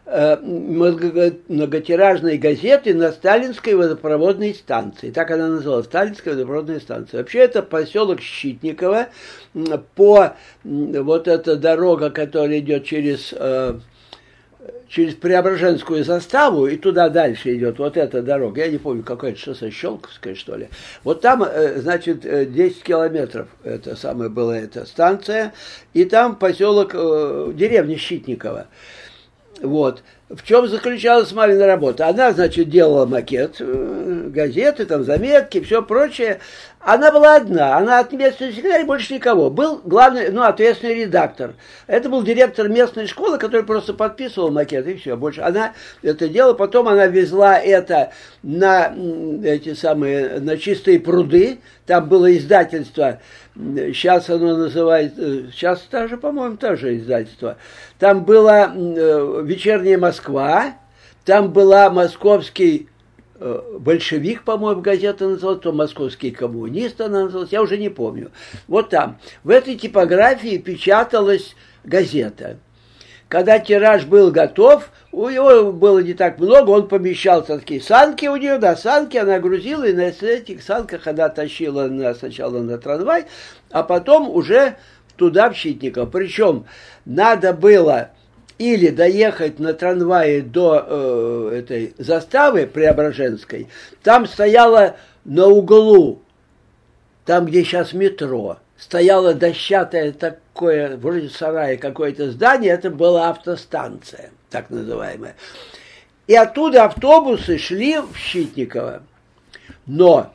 э, многотиражной газеты на Сталинской водопроводной станции. Так она называлась, Сталинская водопроводная станция. Вообще это поселок Щитниково. По вот эта дорога, которая идет через... Э, через Преображенскую заставу, и туда дальше идет вот эта дорога, я не помню, какое-то шоссе, Щелковское, что ли. Вот там, значит, десять километров, это самая была эта станция, и там поселок, деревня Щитниково. Вот. В чем заключалась мамина работа? Она, значит, делала макет, газеты, там, заметки, все прочее. Она была одна, она ответственный секретарь, больше никого. Был главный, ну, ответственный редактор. Это был директор местной школы, который просто подписывал макет, и все, больше. Она это делала, потом она везла это на эти самые, на Чистые пруды. Там было издательство, сейчас оно называется, сейчас даже, по-моему, тоже издательство. Там была «Вечерняя Москва», там была «Московский большевик», по-моему, газета называлась, то «Московский коммунист» она называлась, я уже не помню. Вот там. В этой типографии печаталась газета. Когда тираж был готов, у него было не так много, он помещался в такие санки у нее, да, санки она грузила, и на этих санках она тащила на, сначала на трамвай, а потом уже туда, в Щитниково. Причем надо было или доехать на трамвае до э, этой заставы Преображенской, там стояла на углу, там, где сейчас метро, стояло дощатое такое, вроде сарая, какое-то здание, это была автостанция, так называемая. И оттуда автобусы шли в Щитниково, но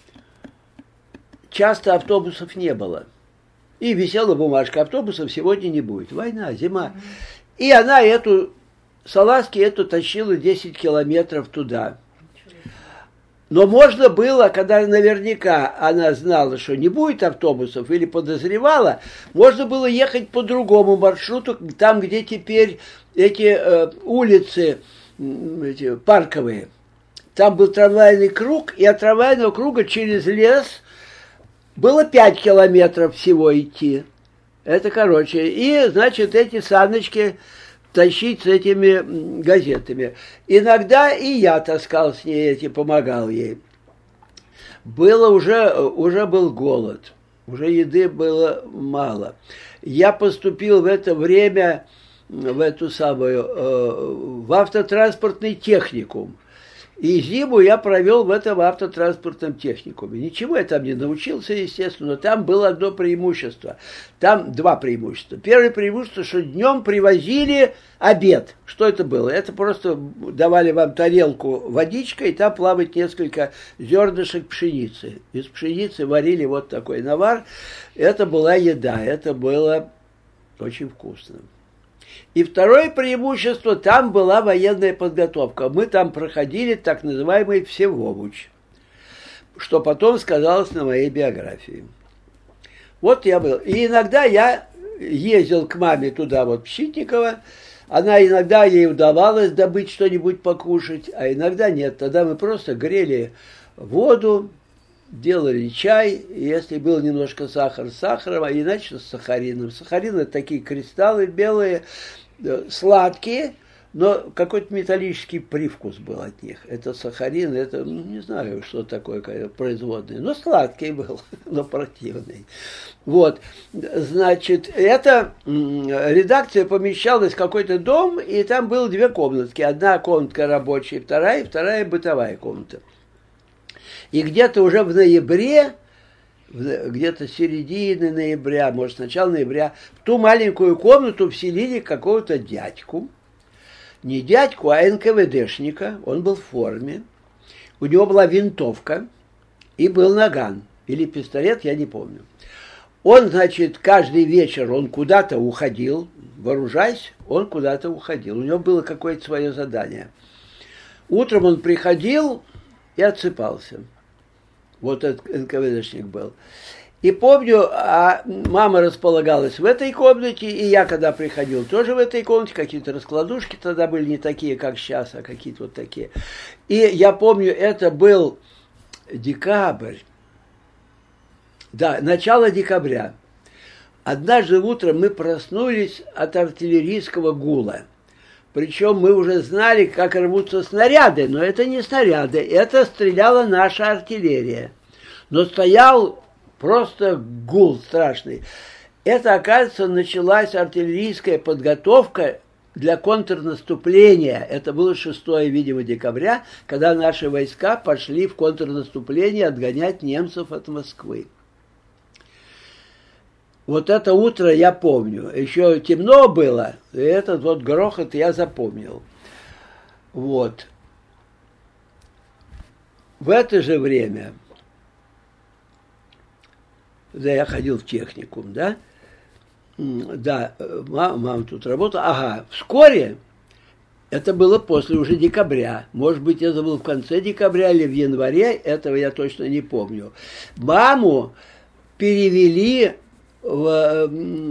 часто автобусов не было. И висела бумажка, автобусов сегодня не будет. Война, зима. И она эту, салазки эту тащила десять километров туда. Но можно было, когда наверняка она знала, что не будет автобусов, или подозревала, можно было ехать по другому маршруту, там, где теперь эти э, улицы эти, парковые. Там был трамвайный круг, и от трамвайного круга через лес было пять километров всего идти. Это короче. И, значит, эти саночки тащить с этими газетами. Иногда и я таскал с ней эти, помогал ей. Было уже, уже был голод. Уже еды было мало. Я поступил в это время в эту самую, в автотранспортный техникум. И зиму я провел в этом автотранспортном техникуме. Ничего я там не научился, естественно, но там было одно преимущество. Там два преимущества. Первое преимущество, что днем привозили обед. Что это было? Это просто давали вам тарелку водичкой, и там плавает несколько зернышек пшеницы. Из пшеницы варили вот такой навар. Это была еда, это было очень вкусно. И второе преимущество, там была военная подготовка. Мы там проходили так называемый Всеволочь, что потом сказалось на моей биографии. Вот я был. И иногда я ездил к маме туда, вот в Щитниково. Она иногда, ей удавалось добыть что-нибудь покушать, а иногда нет. Тогда мы просто грели воду, делали чай, если был немножко сахар, с сахаром, а иначе с сахарином. Сахарин — это такие кристаллы белые, сладкие, но какой-то металлический привкус был от них. Это сахарин, это, ну, не знаю, что такое производное, но сладкий был, но противный. Вот, значит, эта редакция помещалась в какой-то дом, и там было две комнатки. Одна комнатка рабочая, вторая, и вторая бытовая комната. И где-то уже в ноябре, где-то середины ноября, может, начало ноября, в ту маленькую комнату вселили какого-то дядьку. Не дядьку, а эн ка вэ дэшника. Он был в форме. У него была винтовка и был наган. Или пистолет, я не помню. Он, значит, каждый вечер он куда-то уходил, вооружаясь, он куда-то уходил. У него было какое-то свое задание. Утром он приходил и отсыпался. Вот этот эн ка вэ дэшник был. И помню, а мама располагалась в этой комнате, и я, когда приходил, тоже в этой комнате, какие-то раскладушки тогда были не такие, как сейчас, а какие-то вот такие. И я помню, это был декабрь, да, начало декабря. Однажды утром мы проснулись от артиллерийского гула. Причем мы уже знали, как рвутся снаряды, но это не снаряды, это стреляла наша артиллерия. Но стоял просто гул страшный. Это, оказывается, началась артиллерийская подготовка для контрнаступления. Это было шестое, видимо, декабря, когда наши войска пошли в контрнаступление отгонять немцев от Москвы. Вот это утро я помню. Еще темно было, и этот вот грохот я запомнил. Вот. В это же время, да, я ходил в техникум, да, да, мама, мама тут работала, ага, вскоре, это было после уже декабря, может быть, это было в конце декабря или в январе, этого я точно не помню. Маму перевели в,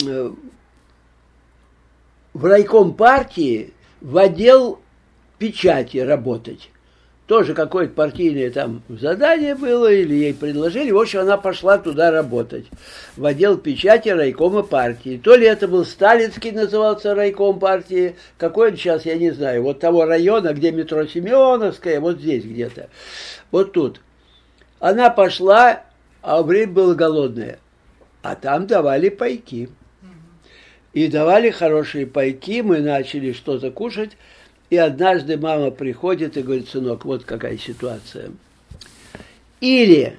в райком партии, в отдел печати работать. Тоже какое-то партийное там задание было, или ей предложили. В общем, она пошла туда работать, в отдел печати райкома партии. То ли это был Сталинский, назывался райком партии, какой он сейчас, я не знаю, вот того района, где метро Семеновская, вот здесь где-то, вот тут. Она пошла, а время было голодное. А там давали пайки. И давали хорошие пайки, мы начали что-то кушать. И однажды мама приходит и говорит: сынок, вот какая ситуация. Или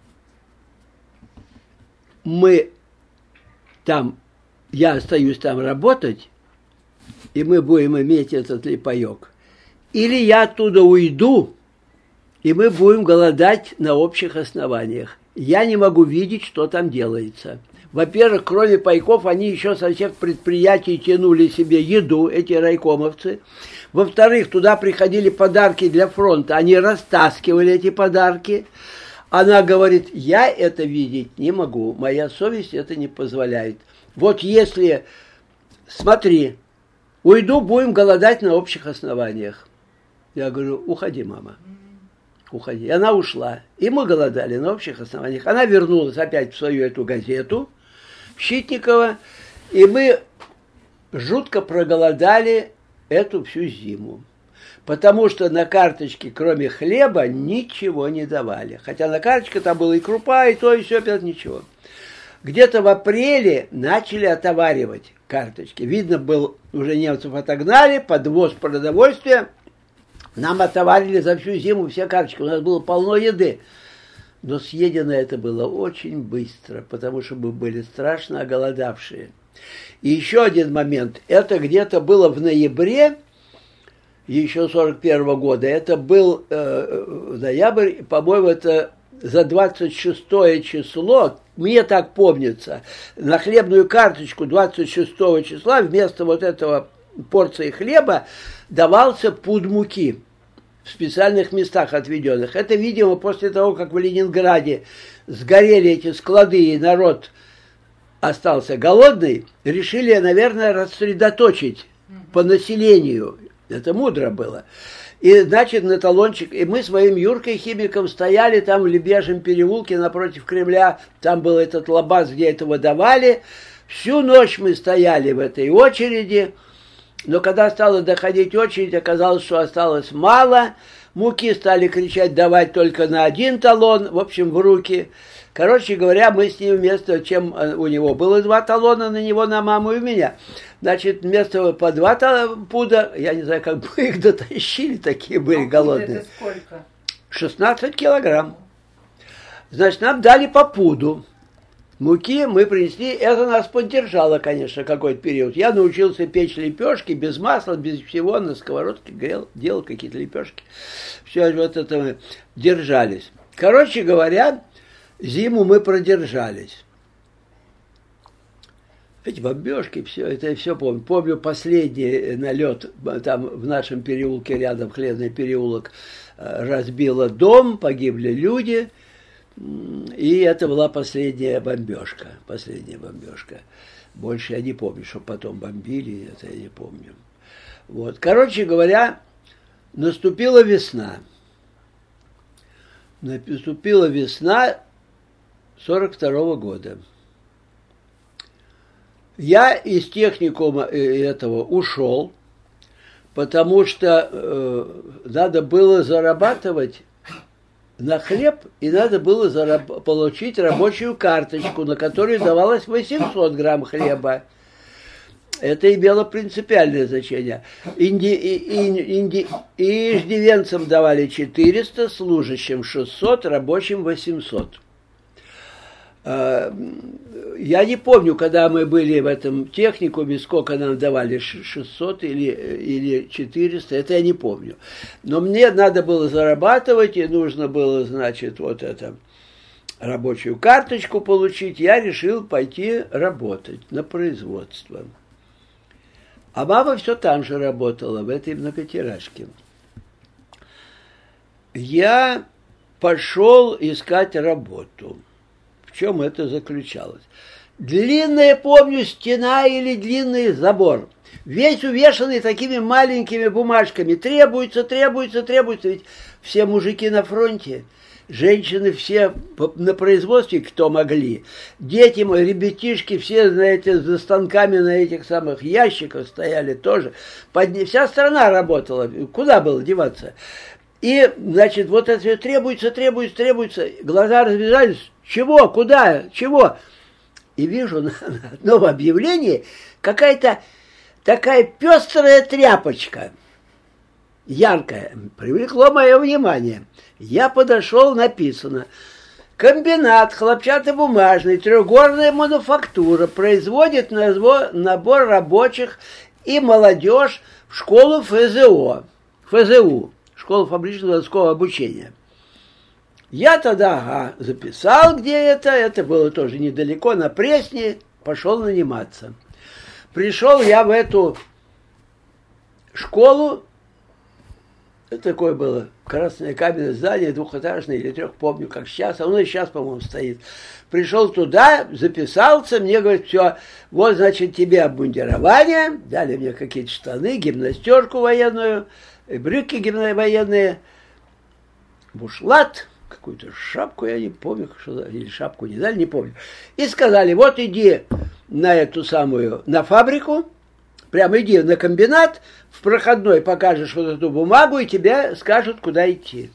мы там, я остаюсь там работать, и мы будем иметь этот липаек. Или я оттуда уйду, и мы будем голодать на общих основаниях. Я не могу видеть, что там делается. Во-первых, кроме пайков, они еще со всех предприятий тянули себе еду, эти райкомовцы. Во-вторых, туда приходили подарки для фронта, они растаскивали эти подарки. Она говорит: я это видеть не могу, моя совесть это не позволяет. Вот если, смотри, уйду, будем голодать на общих основаниях. Я говорю: уходи, мама. Уходи. И она ушла. И мы голодали на общих основаниях. Она вернулась опять в свою эту газету, в Щитниково, и мы жутко проголодали эту всю зиму. Потому что на карточке, кроме хлеба, ничего не давали. Хотя на карточке там была и крупа, и то, и все, опять ничего. Где-то в апреле начали отоваривать карточки. Видно, был, уже немцев отогнали, подвоз продовольствия. Нам отоварили за всю зиму все карточки. У нас было полно еды. Но съедено это было очень быстро, потому что мы были страшно оголодавшие. И еще один момент. Это где-то было в ноябре еще сорок первого года. Это был э, ноябрь, по-моему, это за двадцать шестое число, мне так помнится, на хлебную карточку двадцать шестого числа вместо вот этого порции хлеба давался пуд муки в специальных местах отведенных. Это, видимо, после того, как в Ленинграде сгорели эти склады и народ остался голодный, решили, наверное, рассредоточить по населению. Это мудро было. И, значит, на талончик, и мы с моим Юркой химиком стояли там в Лебяжьем переулке напротив Кремля, там был этот лабаз, где этого давали. Всю ночь мы стояли в этой очереди, но когда стала доходить очередь, оказалось, что осталось мало. Муки стали кричать давать только на один талон, в общем, в руки. Короче говоря, мы с ним вместо, чем у него было два талона, на него, на маму и меня. Значит, вместо по два пуда, я не знаю, как бы их дотащили, такие были а голодные. Это сколько? шестнадцать килограмм. Значит, нам дали по пуду. Муки мы принесли, это нас поддержало, конечно, какой-то период. Я научился печь лепешки без масла, без всего, на сковородке грел, делал какие-то лепешки. Все вот это мы держались. Короче говоря, зиму мы продержались. Эти бомбежки, все, это я все помню. Помню последний налет, там в нашем переулке, рядом Хлебный переулок, разбило дом, погибли люди. И это была последняя бомбежка, последняя бомбежка. Больше я не помню, что потом бомбили, это я не помню. Вот. Короче говоря, наступила весна. Наступила весна сорок второго года. Я из техникума этого ушел, потому что э, надо было зарабатывать на хлеб, и надо было зараб- получить рабочую карточку, на которую давалось восемьсот грамм хлеба. Это имело принципиальное значение. Инди, и, инди, и иждивенцам давали четыреста, служащим шестьсот, рабочим восемьсот. Я не помню, когда мы были в этом техникуме, сколько нам давали, шестьсот или, или четыреста, это я не помню. Но мне надо было зарабатывать, и нужно было, значит, вот это, рабочую карточку получить. Я решил пойти работать на производство. А мама все там же работала, в этой многотиражке. Я пошел искать работу. В чем это заключалось? Длинная, помню, стена или длинный забор. Весь увешанный такими маленькими бумажками. Требуется, требуется, требуется. Ведь все мужики на фронте. Женщины все на производстве, кто могли. Дети мои, ребятишки, все, знаете, за станками на этих самых ящиках стояли тоже. Под... Вся страна работала. Куда было деваться? И, значит, вот это все требуется, требуется, требуется. Глаза разбежались. Чего? Куда? Чего? И вижу на, на одном объявлении какая-то такая пестрая тряпочка. Яркая. Привлекло мое внимание. Я подошел, написано: комбинат хлопчатобумажный, трехгорная мануфактура производит набор рабочих и молодежь в школу ФЗО, ФЗУ, школу фабрично-заводского обучения. Я тогда ага, записал, где это, это было тоже недалеко, на Пресне, пошел наниматься. Пришел я в эту школу. Это такое было красное каменное здание, двухэтажное или трех, помню, как сейчас, а оно и сейчас, по-моему, стоит. Пришел туда, записался, мне говорят: все, вот, значит, тебе обмундирование, дали мне какие-то штаны, гимнастерку военную, брюки гимна- военные, бушлат, какую-то шапку, я не помню, что, или шапку не дали, не помню. И сказали: вот иди на эту самую, на фабрику, прямо иди на комбинат, в проходной покажешь вот эту бумагу, и тебе скажут, куда идти.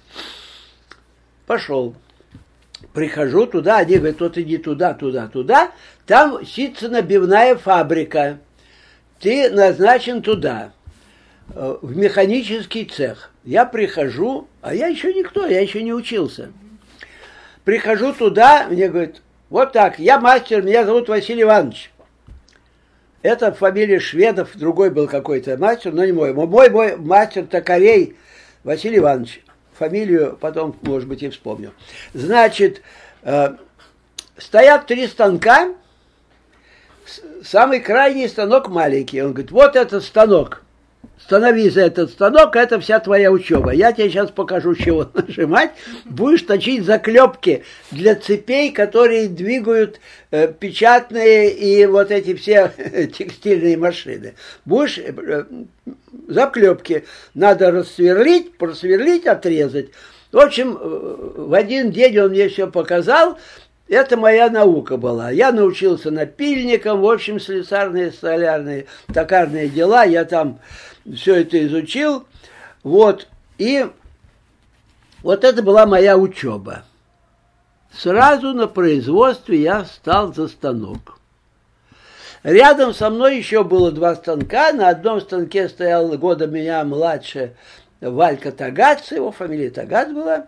Пошел. Прихожу туда, они говорят: вот иди туда, туда, туда, там ситценно-бивная фабрика. Ты назначен туда, в механический цех. Я прихожу, а я еще никто, я еще не учился. Прихожу туда, мне говорят: вот так, я мастер, меня зовут Василий Иванович. Это фамилия Шведов, другой был какой-то мастер, но не мой. Мой, мой мастер токарей Василий Иванович. Фамилию потом, может быть, и вспомню. Значит, э, стоят три станка, самый крайний станок маленький. Он говорит: вот этот станок. Становись за этот станок, это вся твоя учеба. Я тебе сейчас покажу, чего нажимать. Будешь точить заклепки для цепей, которые двигают э, печатные и вот эти все текстильные машины. Будешь э, заклепки надо рассверлить, просверлить, отрезать. В общем, э, в один день он мне все показал. Это моя наука была. Я научился напильникам, в общем, слесарные, столярные, токарные дела. Я там все это изучил. Вот. И вот это была моя учеба. Сразу на производстве я встал за станок. Рядом со мной еще было два станка. На одном станке стоял года меня младше Валька Тагац, его фамилия Тагац была.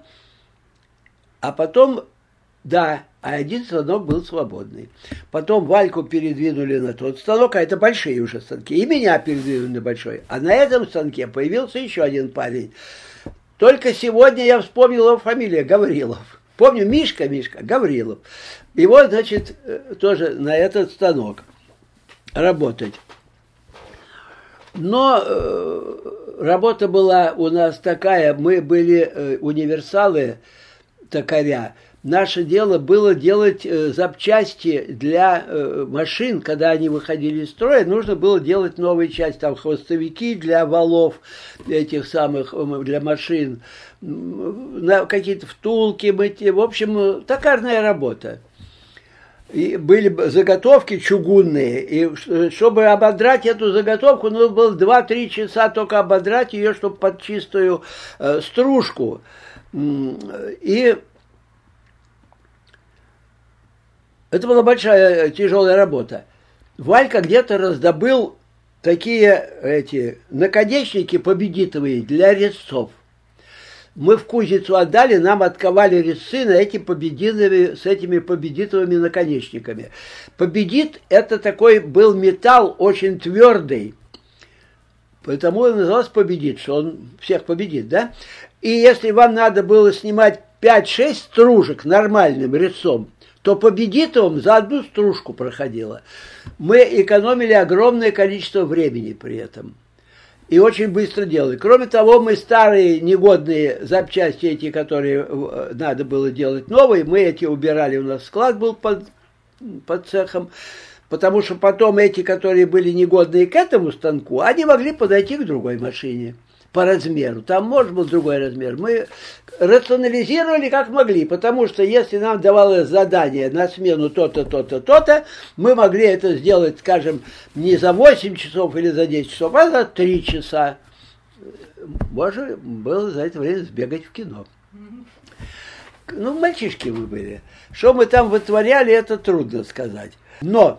А потом, да, а один станок был свободный. Потом Вальку передвинули на тот станок, а это большие уже станки, и меня передвинули на большой. А на этом станке появился еще один парень. Только сегодня я вспомнил его фамилию, Гаврилов. Помню, Мишка, Мишка, Гаврилов. И вот, значит, тоже на этот станок работать. Но э, работа была у нас такая, мы были э, универсалы, токаря. Наше дело было делать э, запчасти для э, машин, когда они выходили из строя, нужно было делать новые части, там хвостовики для валов этих самых, для машин, на какие-то втулки, мыть, в общем, токарная работа. и были заготовки чугунные, и чтобы ободрать эту заготовку, нужно было два-три часа только ободрать ее, чтобы под чистую э, стружку. И это была большая тяжелая работа. Валька где-то раздобыл такие эти наконечники победитовые для резцов. Мы в кузницу отдали, нам отковали резцы на эти победитовые, с этими победитовыми наконечниками. Победит – это такой был металл очень твердый, поэтому он назывался победит, что он всех победит, да? И если вам надо было снимать пять-шесть стружек нормальным резцом, то победитовым за одну стружку проходило. Мы экономили огромное количество времени при этом. И очень быстро делали. Кроме того, мы старые негодные запчасти, эти, которые надо было делать новые, мы эти убирали, у нас склад был под, под цехом, потому что потом эти, которые были негодные к этому станку, они могли подойти к другой машине по размеру. Там может быть другой размер. Мы рационализировали как могли, потому что если нам давалось задание на смену то-то, то-то, то-то, мы могли это сделать, скажем, не за восемь часов или за десять часов, а за три часа. Можно было за это время сбегать в кино. Ну, мальчишки мы были. Что мы там вытворяли, это трудно сказать. Но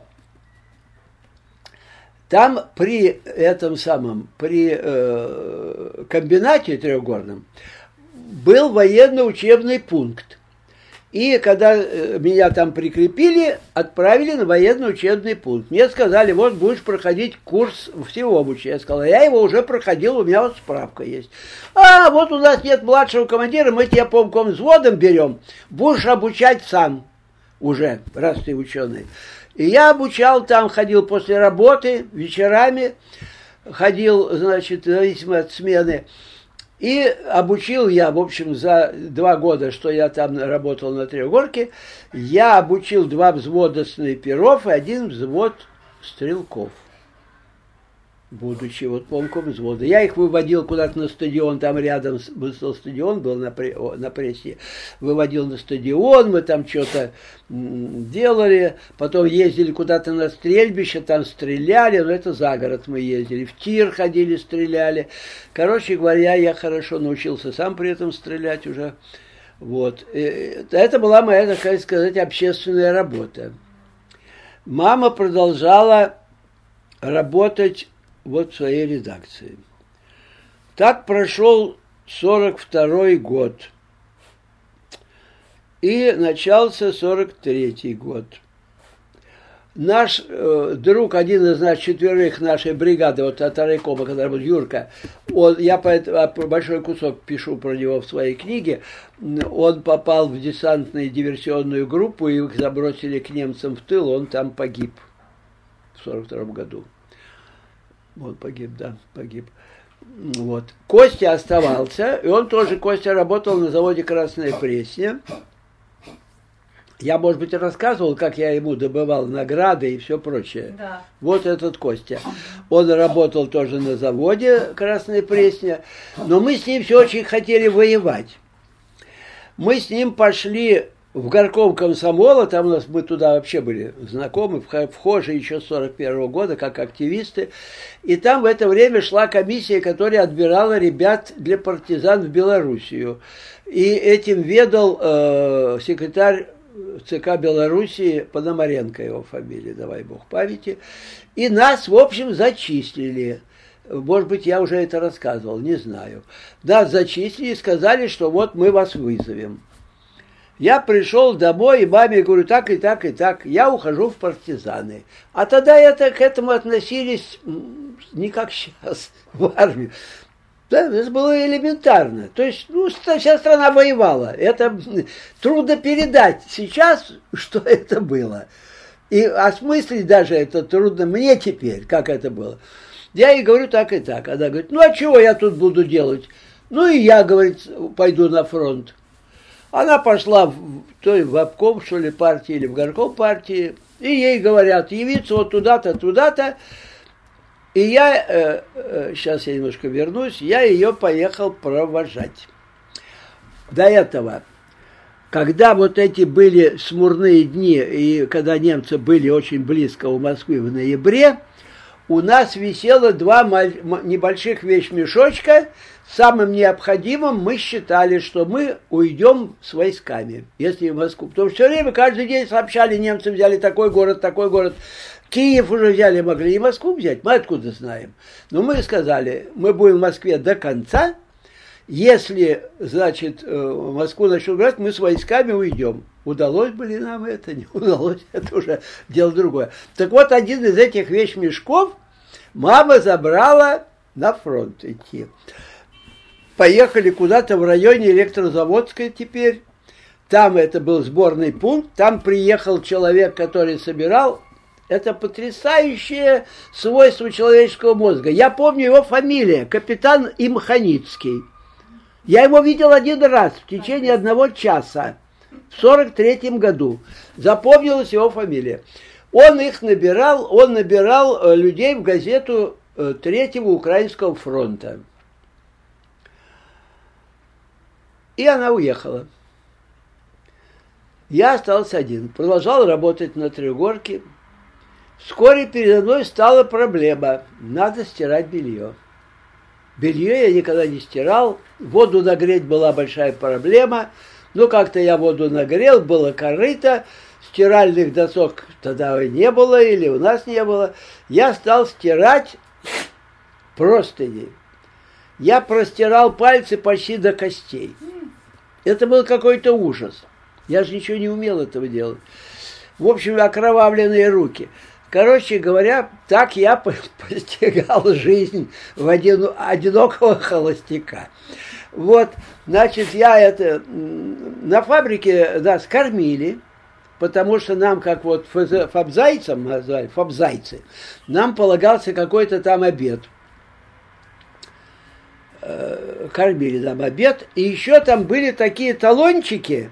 там при этом самом, при э, комбинате трехгорном был военно-учебный пункт. И когда э, меня там прикрепили, отправили на военно-учебный пункт. Мне сказали, вот будешь проходить курс всего обучения. Я сказал, я его уже проходил, у меня вот справка есть. А, вот у нас нет младшего командира, мы тебя помком взводом берем, будешь обучать сам уже, раз ты ученый. И я обучал там, ходил после работы, вечерами, ходил, значит, зависимо от смены. И обучил я, в общем, за два года, что я там работал на Трехгорке, я обучил два взвода снайперов и один взвод стрелков, будучи вот помком взвода. Я их выводил куда-то на стадион, там рядом был стадион, был на, на прессе, выводил на стадион, мы там что-то делали, потом ездили куда-то на стрельбище, там стреляли, но это за город мы ездили, в тир ходили, стреляли. Короче говоря, я хорошо научился сам при этом стрелять уже. Вот. И это была моя, так сказать, общественная работа. Мама продолжала работать вот в своей редакции. Так прошел сорок второй год. И начался сорок третий год. Наш э, друг, один из нас четверых нашей бригады, вот от райкома, когда был Юрка, он, я по это, большой кусок пишу про него в своей книге, он попал в десантную диверсионную группу, и их забросили к немцам в тыл, он там погиб в сорок втором году. Он погиб, да, погиб. Вот. Костя оставался, и он тоже, Костя работал на заводе «Красная Пресня». Я, может быть, рассказывал, как я ему добывал награды и все прочее. Да. Вот этот Костя. Он работал тоже на заводе «Красная Пресня», но мы с ним все очень хотели воевать. Мы с ним пошли в горком комсомола, там у нас, мы туда вообще были знакомы, вхожи еще с сорок первого года, как активисты. И там в это время шла комиссия, которая отбирала ребят для партизан в Белоруссию. И этим ведал э, секретарь ЦК Белоруссии, Пономаренко его фамилия, давай бог памяти. И нас, в общем, зачислили. Может быть, я уже это рассказывал, не знаю. Нас зачислили и сказали, что вот мы вас вызовем. Я пришел домой и маме говорю, так и так и так, я ухожу в партизаны. А тогда это, к этому относились не как сейчас, в армию. Да, это было элементарно. То есть, ну, вся страна воевала. Это трудно передать сейчас, что это было. И осмыслить даже это трудно мне теперь, как это было. Я ей говорю так и так. Она говорит, ну, а чего я тут буду делать? Ну, и я, говорит, пойду на фронт. Она пошла в, то ли в обком, что ли, партии, или в горком партии, и ей говорят, явиться вот туда-то, туда-то. И я, э, э, сейчас я немножко вернусь, я ее поехал провожать. До этого когда вот эти были смурные дни, и когда немцы были очень близко у Москвы в ноябре, у нас висело два небольших вещмешочка. Самым необходимым мы считали, что мы уйдем с войсками, если в Москву. Потому что все время, каждый день сообщали, немцы взяли такой город, такой город. Киев уже взяли, могли и Москву взять, мы откуда знаем. Но мы сказали, мы будем в Москве до конца. Если, значит, Москву начнут брать, мы с войсками уйдем. Удалось бы ли нам это? Не удалось, это уже дело другое. Так вот, один из этих вещмешков мама забрала на фронт идти. Поехали куда-то в районе Электрозаводской теперь. Там это был сборный пункт. Там приехал человек, который собирал. Это потрясающее свойство человеческого мозга. Я помню его фамилия, капитан Имханицкий. Я его видел один раз в течение одного часа. В сорок третьем году. Запомнилась его фамилия. Он их набирал, он набирал людей в газету Третьего Украинского фронта. И она уехала. Я остался один. Продолжал работать на Трехгорке. Вскоре передо мной стала проблема. Надо стирать белье. Белье я никогда не стирал. Воду нагреть была большая проблема. Ну, как-то я воду нагрел, было корыто. Стиральных досок тогда не было, или у нас не было. Я стал стирать простыни. Я простирал пальцы почти до костей. Это был какой-то ужас. Я же ничего не умел этого делать. В общем, окровавленные руки. Короче говоря, так я постигал жизнь в один, одинокого холостяка. Вот, значит, я это... На фабрике нас кормили, потому что нам, как вот фабзайцам назвали, фабзайцы, нам полагался какой-то там обед. Кормили нам обед. И еще там были такие талончики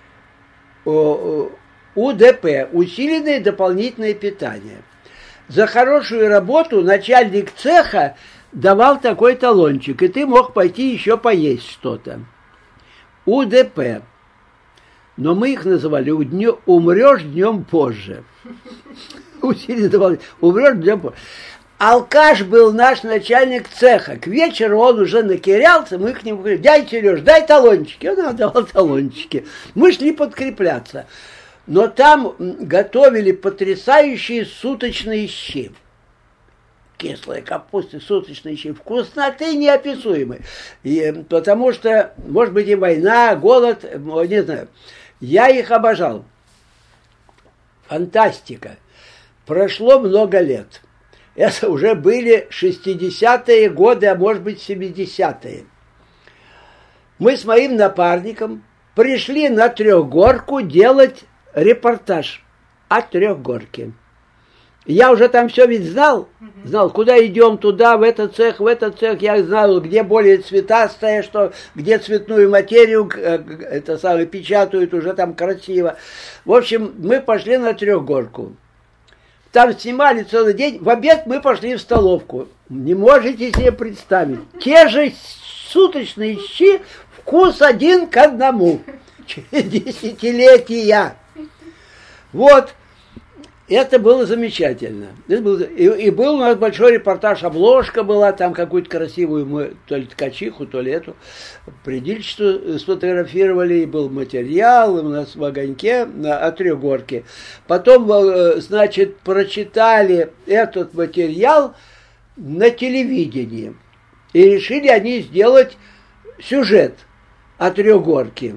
УДП, усиленное дополнительное питание. За хорошую работу начальник цеха давал такой талончик, и ты мог пойти еще поесть что-то. УДП. Но мы их называли «умрешь днем позже». Усиленное дополнительное. Умрешь днем позже. Алкаш был наш начальник цеха. К вечеру он уже накирялся, мы к нему говорили: дай, Сереж, дай талончики. Он нам давал талончики. Мы шли подкрепляться. Но там готовили потрясающие суточные щи. Кислая капуста, суточные щи. Вкусноты неописуемые. И, потому что, может быть, и война, голод, не знаю. Я их обожал. Фантастика. Прошло много лет. Это уже были шестидесятые годы, а может быть семидесятые. Мы с моим напарником пришли на Трехгорку делать репортаж о Трехгорке. Я уже там все ведь знал, знал, куда идем, туда, в этот цех, в этот цех. Я знал, где более цветастое, что, где цветную материю, это самое, печатают уже там красиво. В общем, мы пошли на Трехгорку. Там снимали целый день. В обед мы пошли в столовку. Не можете себе представить. Те же суточные щи, вкус один к одному. Через десятилетия. Вот. Это было замечательно. Это было... И, и был у нас большой репортаж, обложка была, там какую-то красивую мы, то ли ткачиху, то ли эту, предельчицу сфотографировали, и был материал у нас в огоньке на, о Трехгорке. Потом, значит, прочитали этот материал на телевидении. И решили они сделать сюжет о Трехгорке.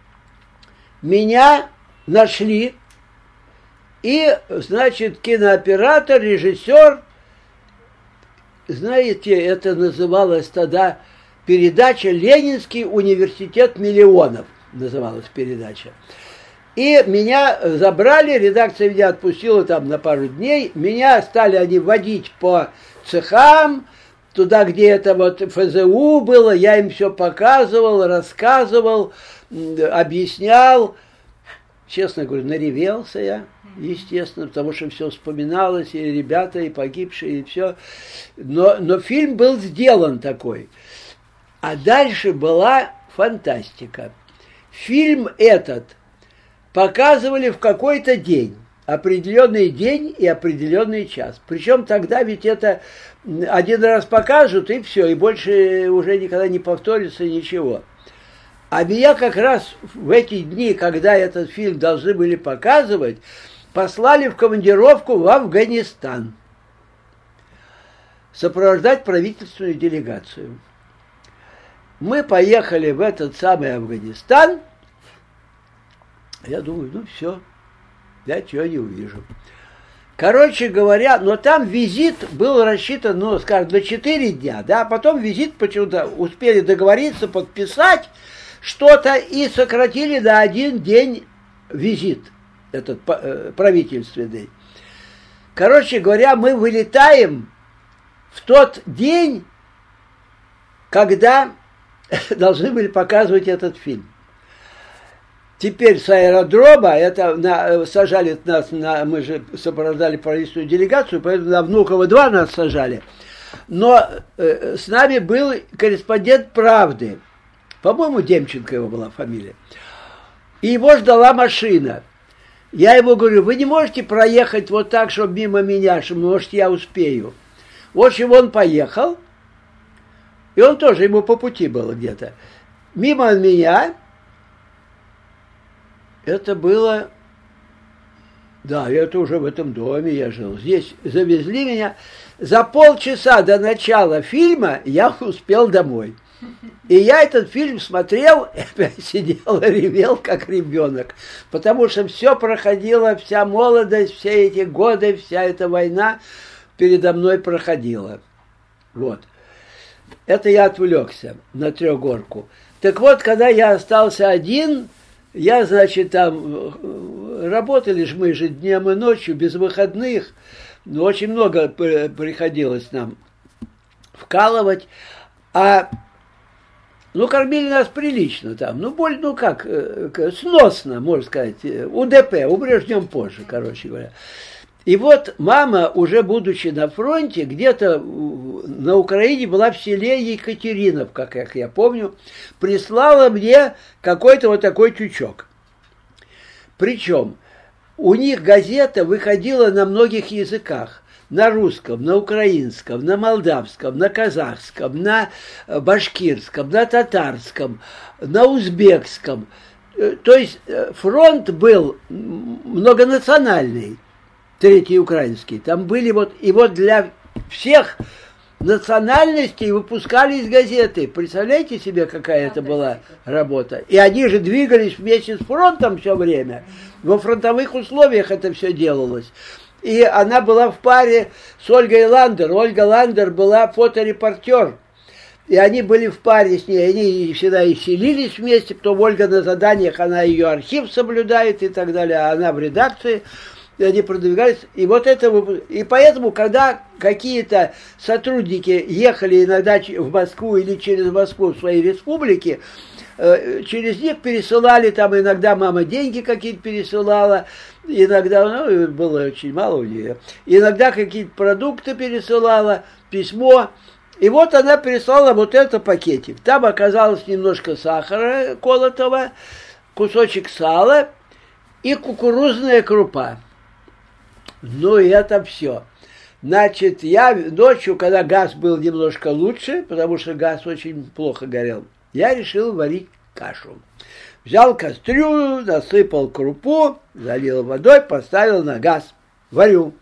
Меня нашли. И, значит, кинооператор, режиссер, знаете, это называлось тогда передача «Ленинский университет миллионов», называлась передача. И меня забрали, редакция меня отпустила там на пару дней, меня стали они водить по цехам, туда, где это вот ФЗУ было, я им все показывал, рассказывал, объяснял. Честно говоря, наревелся я, естественно, потому что все вспоминалось, и ребята, и погибшие, и все. Но, но фильм был сделан такой. А дальше была фантастика. фильм этот показывали в какой-то день. Определенный день и определенный час. Причем тогда ведь это один раз покажут, и все, и больше уже никогда не повторится ничего. А меня как раз в эти дни, когда этот фильм должны были показывать, послали в командировку в Афганистан сопровождать правительственную делегацию. Мы поехали в этот самый Афганистан. Я думаю, ну все, я чего не увижу. Короче говоря, но там визит был рассчитан, ну, скажем, на четыре дня, да, а потом визит почему-то успели договориться, подписать что-то и сократили на один день визит, этот э, правительственный. Короче говоря, мы вылетаем в тот день, когда должны были показывать этот фильм. Теперь с аэродрома, это на, сажали нас, на, мы же сопровождали правительственную делегацию, поэтому на Внуково-два нас сажали. Но э, с нами был корреспондент «Правды», по-моему, Демченко его была фамилия. И его ждала машина. Я ему говорю, вы не можете проехать вот так, чтобы мимо меня, что, может, я успею. В общем, он поехал, и он тоже, ему по пути было где-то. Мимо меня... Это было, да, это уже в этом доме я жил. Здесь завезли меня. За полчаса до начала фильма я успел домой. И я этот фильм смотрел, и опять сидел и ревел, как ребенок. Потому что все проходило, вся молодость, все эти годы, вся эта война передо мной проходила. Вот. Это я отвлекся на Трехгорку. Так вот, когда я остался один... Я, значит, там, работали же мы же днем и ночью, без выходных, но очень много приходилось нам вкалывать, а, ну, кормили нас прилично там, ну, боль, ну, как, сносно, можно сказать, УДП, убреждем позже, короче говоря. И вот мама, уже будучи на фронте, где-то на Украине была в селе Екатериновка, как я помню, прислала мне какой-то вот такой тючок. Причем у них газета выходила на многих языках. На русском, на украинском, на молдавском, на казахском, на башкирском, на татарском, на узбекском. То есть фронт был многонациональный. Третий украинский. Там были вот, и вот для всех национальностей выпускались газеты. Представляете себе, какая это была работа? И они же двигались вместе с фронтом все время. Во фронтовых условиях это все делалось. И она была в паре с Ольгой Ландер. Ольга Ландер была фоторепортер. И они были в паре с ней. Они всегда и селились вместе. Потом Ольга на заданиях, она ее архив соблюдает и так далее. А она в редакции. И они продвигались, и вот это, и поэтому, когда какие-то сотрудники ехали иногда в Москву или через Москву в свои республики, через них пересылали, там иногда мама деньги какие-то пересылала, иногда, ну, было очень мало у нее, иногда какие-то продукты пересылала, письмо, и вот она переслала вот это пакетик. Там оказалось немножко сахара колотого, кусочек сала и кукурузная крупа. Ну, и это все. Значит, я ночью, когда газ был немножко лучше, потому что газ очень плохо горел, я решил варить кашу. Взял кастрюлю, насыпал крупу, залил водой, поставил на газ. Варю.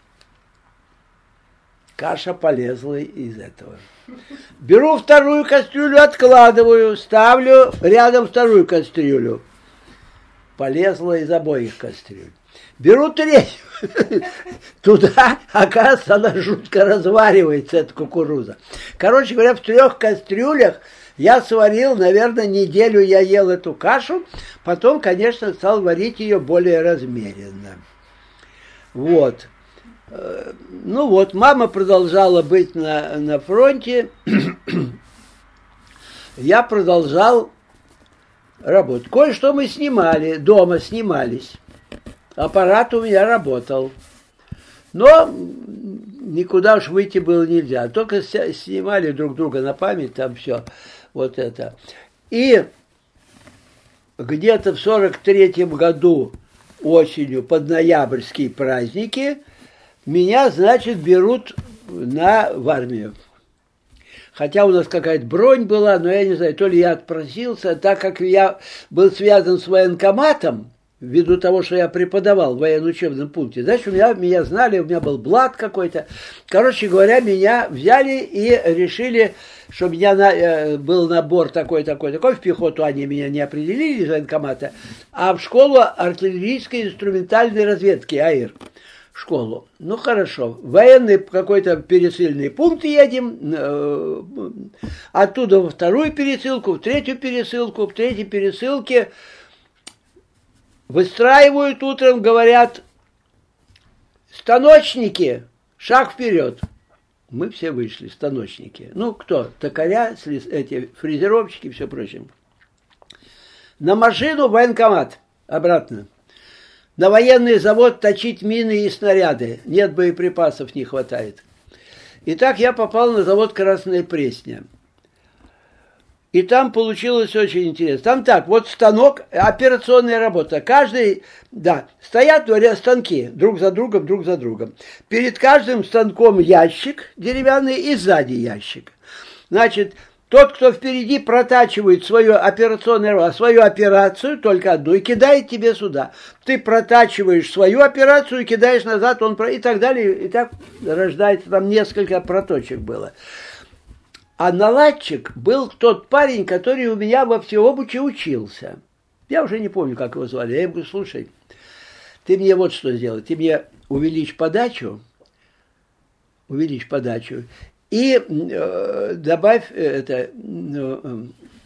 Каша полезла из этого. Беру вторую кастрюлю, откладываю, ставлю рядом вторую кастрюлю. Полезла из обоих кастрюль. Беру третью. Туда, оказывается, она жутко разваривается, эта кукуруза. Короче говоря, в трех кастрюлях я сварил, наверное, неделю я ел эту кашу. Потом, конечно, стал варить ее более размеренно. Вот. Ну вот, мама продолжала быть на, на фронте. Я продолжал работать. Кое-что мы снимали, дома снимались. Аппарат у меня работал. Но никуда уж выйти было нельзя. Только снимали друг друга на память, там все. Вот это. И где-то в сорок третьем году осенью под ноябрьские праздники меня, значит, берут на, в армию. Хотя у нас какая-то бронь была, но я не знаю, то ли я отпросился, так как я был связан с военкоматом, ввиду того, что я преподавал в военно-учебном пункте. Значит, у меня, меня знали, у меня был блат какой-то. Короче говоря, меня взяли и решили, что у меня на, э, был набор такой-такой, такой. В пехоту они меня не определили из военкомата, а в школу артиллерийской инструментальной разведки, АИР. Школу. Ну, хорошо. В военный какой-то пересыльный пункт едем, э, оттуда во вторую пересылку, в третью пересылку, в третьей пересылке выстраивают утром, говорят, станочники, шаг вперед. Мы все вышли, станочники. Ну, кто? Токаря, эти фрезеровщики и все прочее. На машину в военкомат. Обратно. На военный завод точить мины и снаряды. Нет боеприпасов, не хватает. Итак, я попал на завод «Красная Пресня». И там получилось очень интересно. Там так, вот станок, операционная работа. Каждый, да, стоят говорят, станки друг за другом, друг за другом. Перед каждым станком ящик деревянный и сзади ящик. Значит, тот, кто впереди протачивает свою операционную, свою операцию, только одну, и кидает тебе сюда. Ты протачиваешь свою операцию и кидаешь назад, он и так далее. И так рождается, там несколько проточек было. А наладчик был тот парень, который у меня во всеобуче учился. Я уже не помню, как его звали. Я ему говорю, слушай, ты мне вот что сделай. Ты мне увеличь подачу, увеличь подачу, и э, добавь это, э,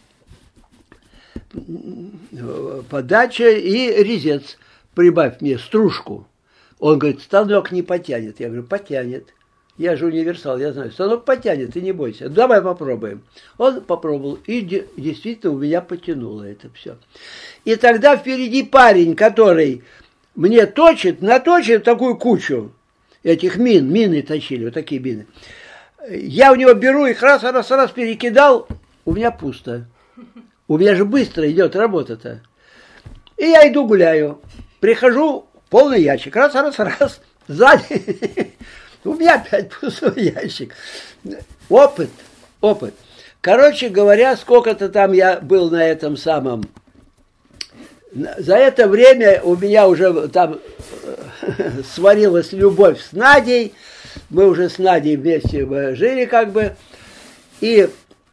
э, подача и резец. Прибавь мне стружку. Он говорит, станок не потянет. Я говорю, потянет. Я же универсал, я знаю. Станок потянет, ты не бойся. Давай попробуем. Он попробовал. И действительно у меня потянуло это все. И тогда впереди парень, который мне точит, наточит такую кучу этих мин. Мины точили, вот такие мины. Я у него беру их раз, раз, раз перекидал, у меня пусто. У меня же быстро идет работа-то. И я иду гуляю. Прихожу, полный ящик. Раз, раз, раз. Сзади. У меня опять пустой ящик. Опыт, опыт. Короче говоря, сколько-то там я был на этом самом. За это время у меня уже там сварилась любовь с Надей. Мы уже с Надей вместе жили как бы. И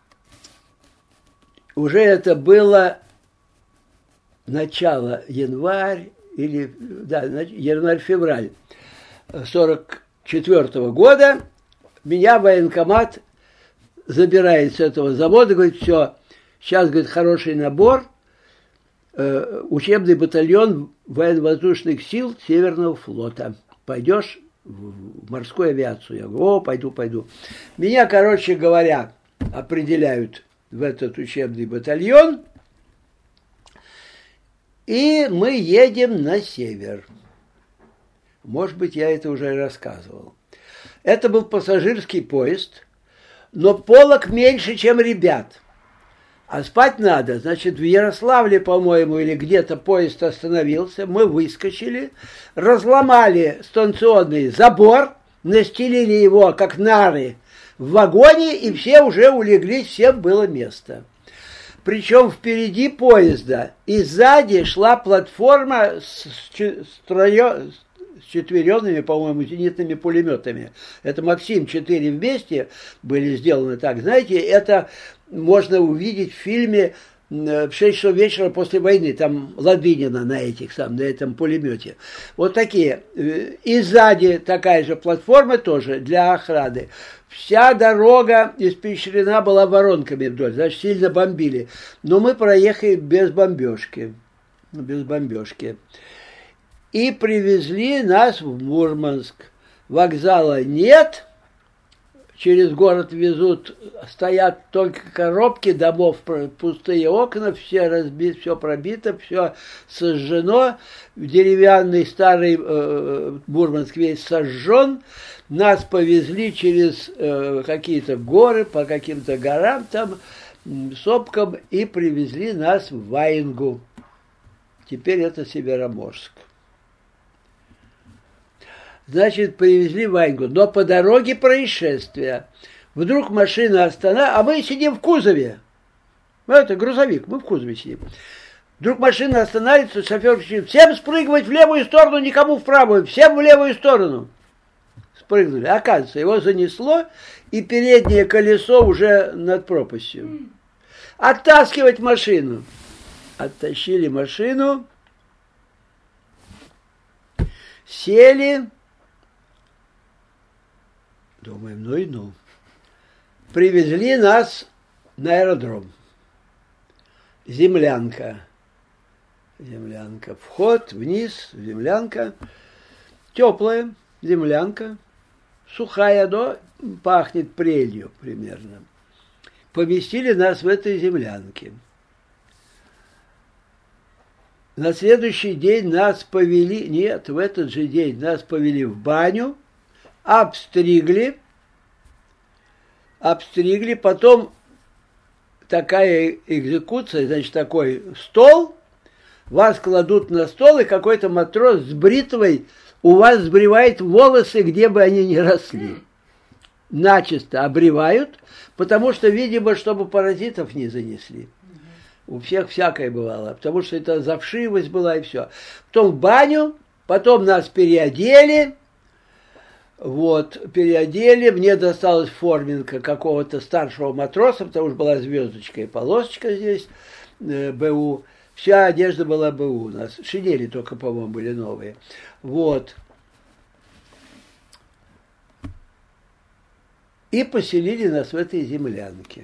уже это было начало январь или да, январь-февраль сорок четвёртого года. Меня военкомат забирает с этого завода, говорит, все, сейчас, говорит, хороший набор, э, учебный батальон военно-воздушных сил Северного флота. Пойдешь в морскую авиацию. Я говорю, о, пойду, пойду. Меня, короче говоря, определяют в этот учебный батальон, и мы едем на север. Может быть, я это уже рассказывал. Это был пассажирский поезд, но полок меньше, чем ребят. А спать надо. Значит, в Ярославле, по-моему, или где-то поезд остановился. Мы выскочили, разломали станционный забор, настелили его, как нары, в вагоне, и все уже улеглись, всем было место. Причем впереди поезда и сзади шла платформа с, с, троё, с четверенными, по-моему, зенитными пулеметами. Это Максим четыре вместе были сделаны так. Знаете, это можно увидеть в фильме в шесть часов вечера после войны, там Ладынина на этих сам, на этом пулемете. Вот такие. И сзади такая же платформа тоже для охраны. Вся дорога испещрена была воронками вдоль, значит, сильно бомбили. Но мы проехали без бомбежки. Без бомбежки. И привезли нас в Мурманск. Вокзала нет. Через город везут, стоят только коробки, домов пустые окна, все разбито, все пробито, все сожжено. Деревянный старый э, Мурманск весь сожжен. Нас повезли через э, какие-то горы, по каким-то горам там, сопкам, и привезли нас в Ваенгу. Теперь это Североморск. Значит, привезли Ваньку, но по дороге происшествие. Вдруг машина останавливается, а мы сидим в кузове. Ну, это грузовик, мы в кузове сидим. Вдруг машина останавливается, шофер кричит: всем спрыгивать в левую сторону, никому в правую, всем в левую сторону. Спрыгнули. Оказывается, его занесло, и переднее колесо уже над пропастью. Оттаскивать машину. Оттащили машину, сели, думаем, ну и ну. Привезли нас на аэродром. Землянка. Землянка. Вход вниз, землянка. Теплая землянка. Сухая, но пахнет прелью примерно. Поместили нас в этой землянке. На следующий день нас повели, нет, в этот же день нас повели в баню, обстригли, обстригли, потом такая экзекуция, значит, такой стол, вас кладут на стол, и какой-то матрос с бритвой у вас сбривает волосы, где бы они ни росли. Начисто обревают, потому что, видимо, чтобы паразитов не занесли. У всех всякое бывало, потому что это завшивость была и все. Потом в баню, потом нас переодели, вот, переодели, мне досталась форменка какого-то старшего матроса, потому что была звездочка и полосочка здесь, э, БУ. Вся одежда была БУ у нас, шинели только, по-моему, были новые. Вот. И поселили нас в этой землянке.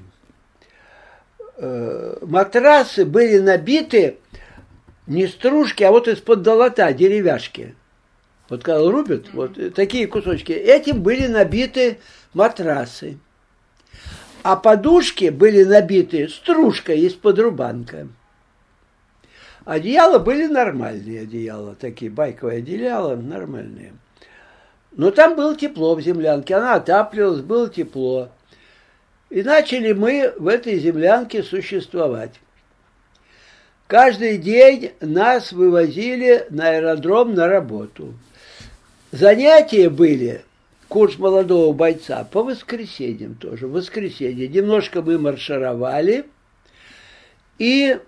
Матрасы были набиты не стружки, а вот из-под долота, деревяшки. Вот когда рубят, вот такие кусочки, этим были набиты матрасы. А подушки были набиты стружкой из-под рубанка. Одеяла были нормальные одеяла, такие байковые одеяла, нормальные. Но там было тепло в землянке, она отапливалась, было тепло. И начали мы в этой землянке существовать. Каждый день нас вывозили на аэродром на работу. Занятия были, курс молодого бойца, по воскресеньям тоже. В воскресенье немножко мы маршировали и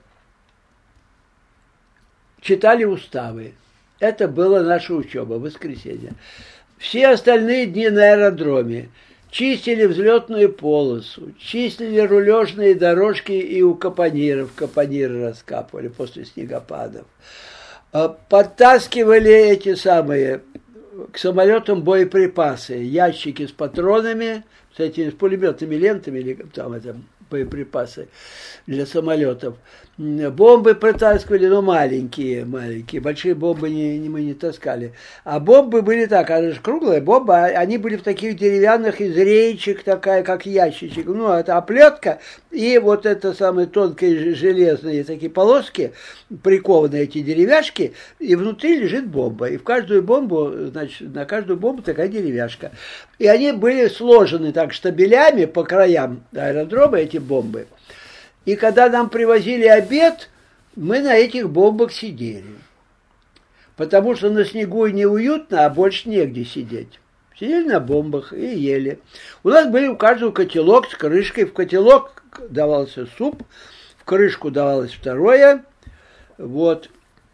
читали уставы. Это была наша учеба, воскресенье. Все остальные дни на аэродроме. Чистили взлетную полосу, чистили рулежные дорожки и у капониров. Капониры раскапывали после снегопадов. Подтаскивали эти самые к самолетам боеприпасы. Ящики с патронами, с этими с пулеметными лентами, или там это боеприпасы для самолетов. Бомбы протаскивали, но маленькие, маленькие. Большие бомбы не, не, мы не таскали. А бомбы были так, она же круглая бомба, они были в таких деревянных из речек, такая, как ящичек. Ну, это оплетка, и вот это самые тонкие железные такие полоски, прикованные эти деревяшки, и внутри лежит бомба. И в каждую бомбу, значит, на каждую бомбу такая деревяшка. И они были сложены так штабелями по краям аэродрома, эти бомбы. И когда нам привозили обед, мы на этих бомбах сидели. Потому что на снегу неуютно, а больше негде сидеть. Сидели на бомбах и ели. У нас были у каждого котелок с крышкой. В котелок давался суп, в крышку давалось второе. Вот.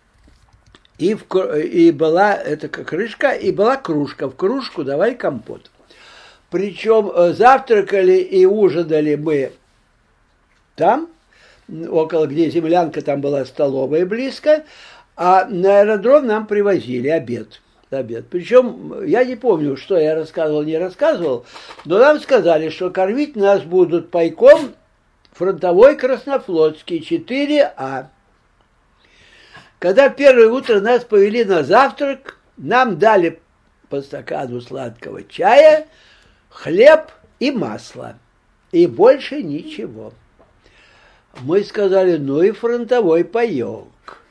И, в, и была эта крышка, и была кружка. В кружку давали компот. Причем завтракали и ужинали мы там, около где землянка, там была столовая близко, а на аэродром нам привозили обед. обед. Причем, я не помню, что я рассказывал, не рассказывал, но нам сказали, что кормить нас будут пайком фронтовой Краснофлотский четыре А. Когда в первое утро нас повели на завтрак, нам дали по стакану сладкого чая, хлеб и масло. И больше ничего. Мы сказали, ну и фронтовой паёк.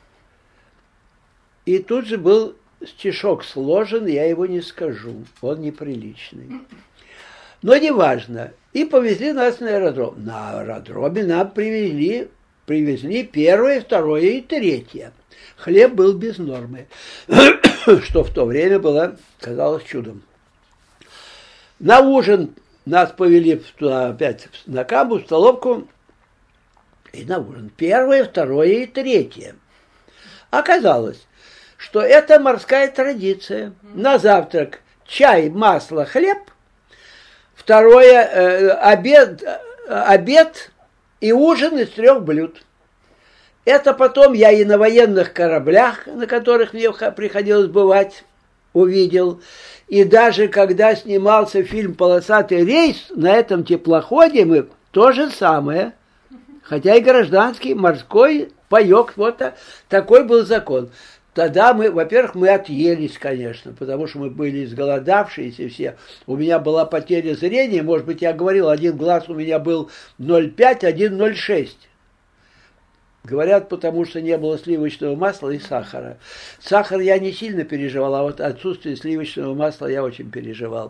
И тут же был стишок сложен, я его не скажу, он неприличный. Но неважно. И повезли нас на аэродром. На аэродроме нам привезли, привезли первое, второе и третье. Хлеб был без нормы, что в то время было, казалось, чудом. На ужин нас повели туда, опять на камбу, в столовку, и на ужин. Первое, второе и третье. Оказалось, что это морская традиция. На завтрак чай, масло, хлеб. Второе, э, обед, обед и ужин из трех блюд. Это потом я и на военных кораблях, на которых мне приходилось бывать, увидел. И даже когда снимался фильм «Полосатый рейс», на этом теплоходе мы то же самое. Хотя и гражданский, морской паёк, вот такой был закон. Тогда мы, во-первых, мы отъелись, конечно, потому что мы были изголодавшиеся все. У меня была потеря зрения, может быть, я говорил, один глаз у меня был ноль пять, один ноль шесть. Говорят, потому что не было сливочного масла и сахара. Сахар я не сильно переживал, а вот отсутствие сливочного масла я очень переживал.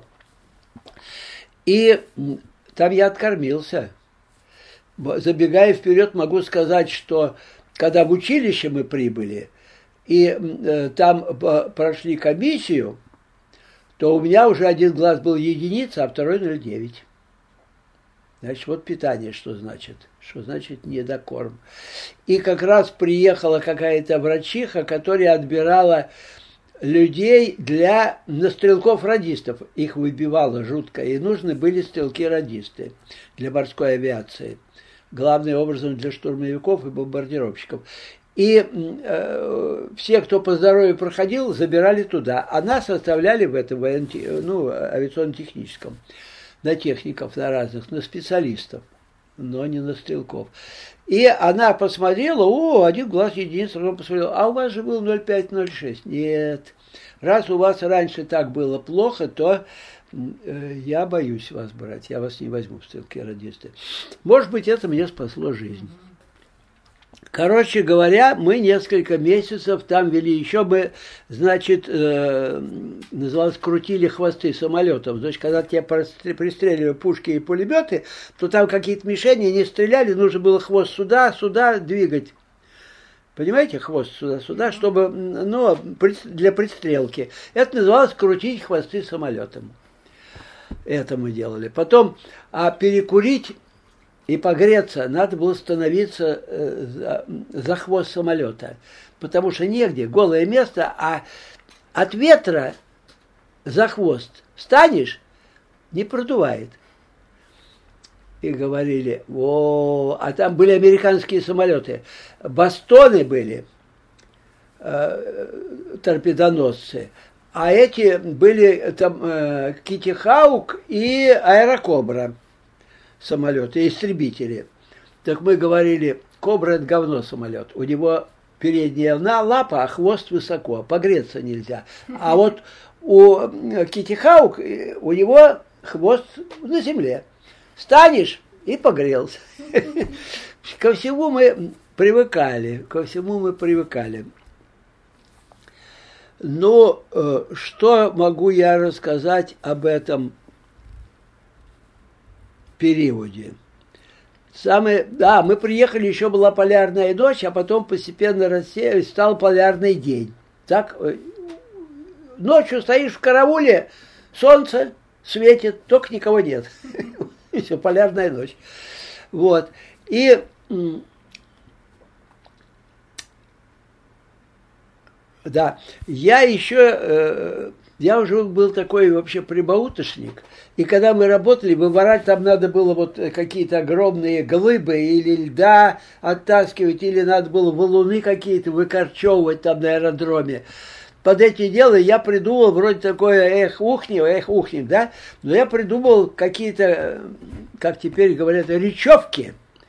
И там я откормился. Забегая вперед, могу сказать, что когда в училище мы прибыли, и э, там э, прошли комиссию, то у меня уже один глаз был единица, а второй ноль девять. Значит, вот питание что значит. Что значит недокорм. И как раз приехала какая-то врачиха, которая отбирала людей для на стрелков-радистов. Их выбивало жутко. И нужны были стрелки-радисты для морской авиации. Главным образом для штурмовиков и бомбардировщиков. И э, все, кто по здоровью проходил, забирали туда. А нас оставляли в этом военно, ну, авиационно-техническом. На техников, на разных, на специалистов, но не на стрелков. И она посмотрела, о, один глаз единица, потом посмотрела, а у вас же был ноль пять ноль шесть. Нет, раз у вас раньше так было плохо, то э, я боюсь вас брать, я вас не возьму в стрелки-радисты. Может быть, это мне спасло жизнь. Короче говоря, мы несколько месяцев там вели, еще бы, значит, э, называлось, крутили хвосты самолетов. Значит, когда тебя пристреливали пушки и пулеметы, то там какие-то мишени не стреляли, нужно было хвост сюда, сюда двигать. Понимаете, хвост сюда-сюда, чтобы, ну, для пристрелки. Это называлось крутить хвосты самолетом. Это мы делали. Потом, а перекурить и погреться, надо было становиться э, за, за хвост самолета. Потому что негде, голое место, а от ветра за хвост станешь, не продувает. И говорили, о, а там были американские самолеты. Бостоны были, э, торпедоносцы. А эти были там э, Китти Хаук и Аэрокобра. Самолеты, истребители. Так мы говорили, кобра это говно самолет. У него передняя лапа, а хвост высоко. Погреться нельзя. А вот у Китти Хаук, у него хвост на земле. Станешь и погрелся. Ко всему мы привыкали. Ко всему мы привыкали. Но что могу я рассказать об этом периоде? Самое, да, мы приехали, еще была полярная ночь, а потом постепенно рассеялась, стал полярный день. Так, ночью стоишь в карауле, солнце светит, только никого нет. И все, полярная ночь. Вот. И да, я еще, я уже был такой вообще прибаутошник. И когда мы работали, выворачивать там надо было вот какие-то огромные глыбы или льда оттаскивать, или надо было валуны какие-то выкорчевывать там на аэродроме. Под эти дела я придумал вроде такое эх ухни, эх ухни, да, но я придумал какие-то, как теперь говорят, речевки.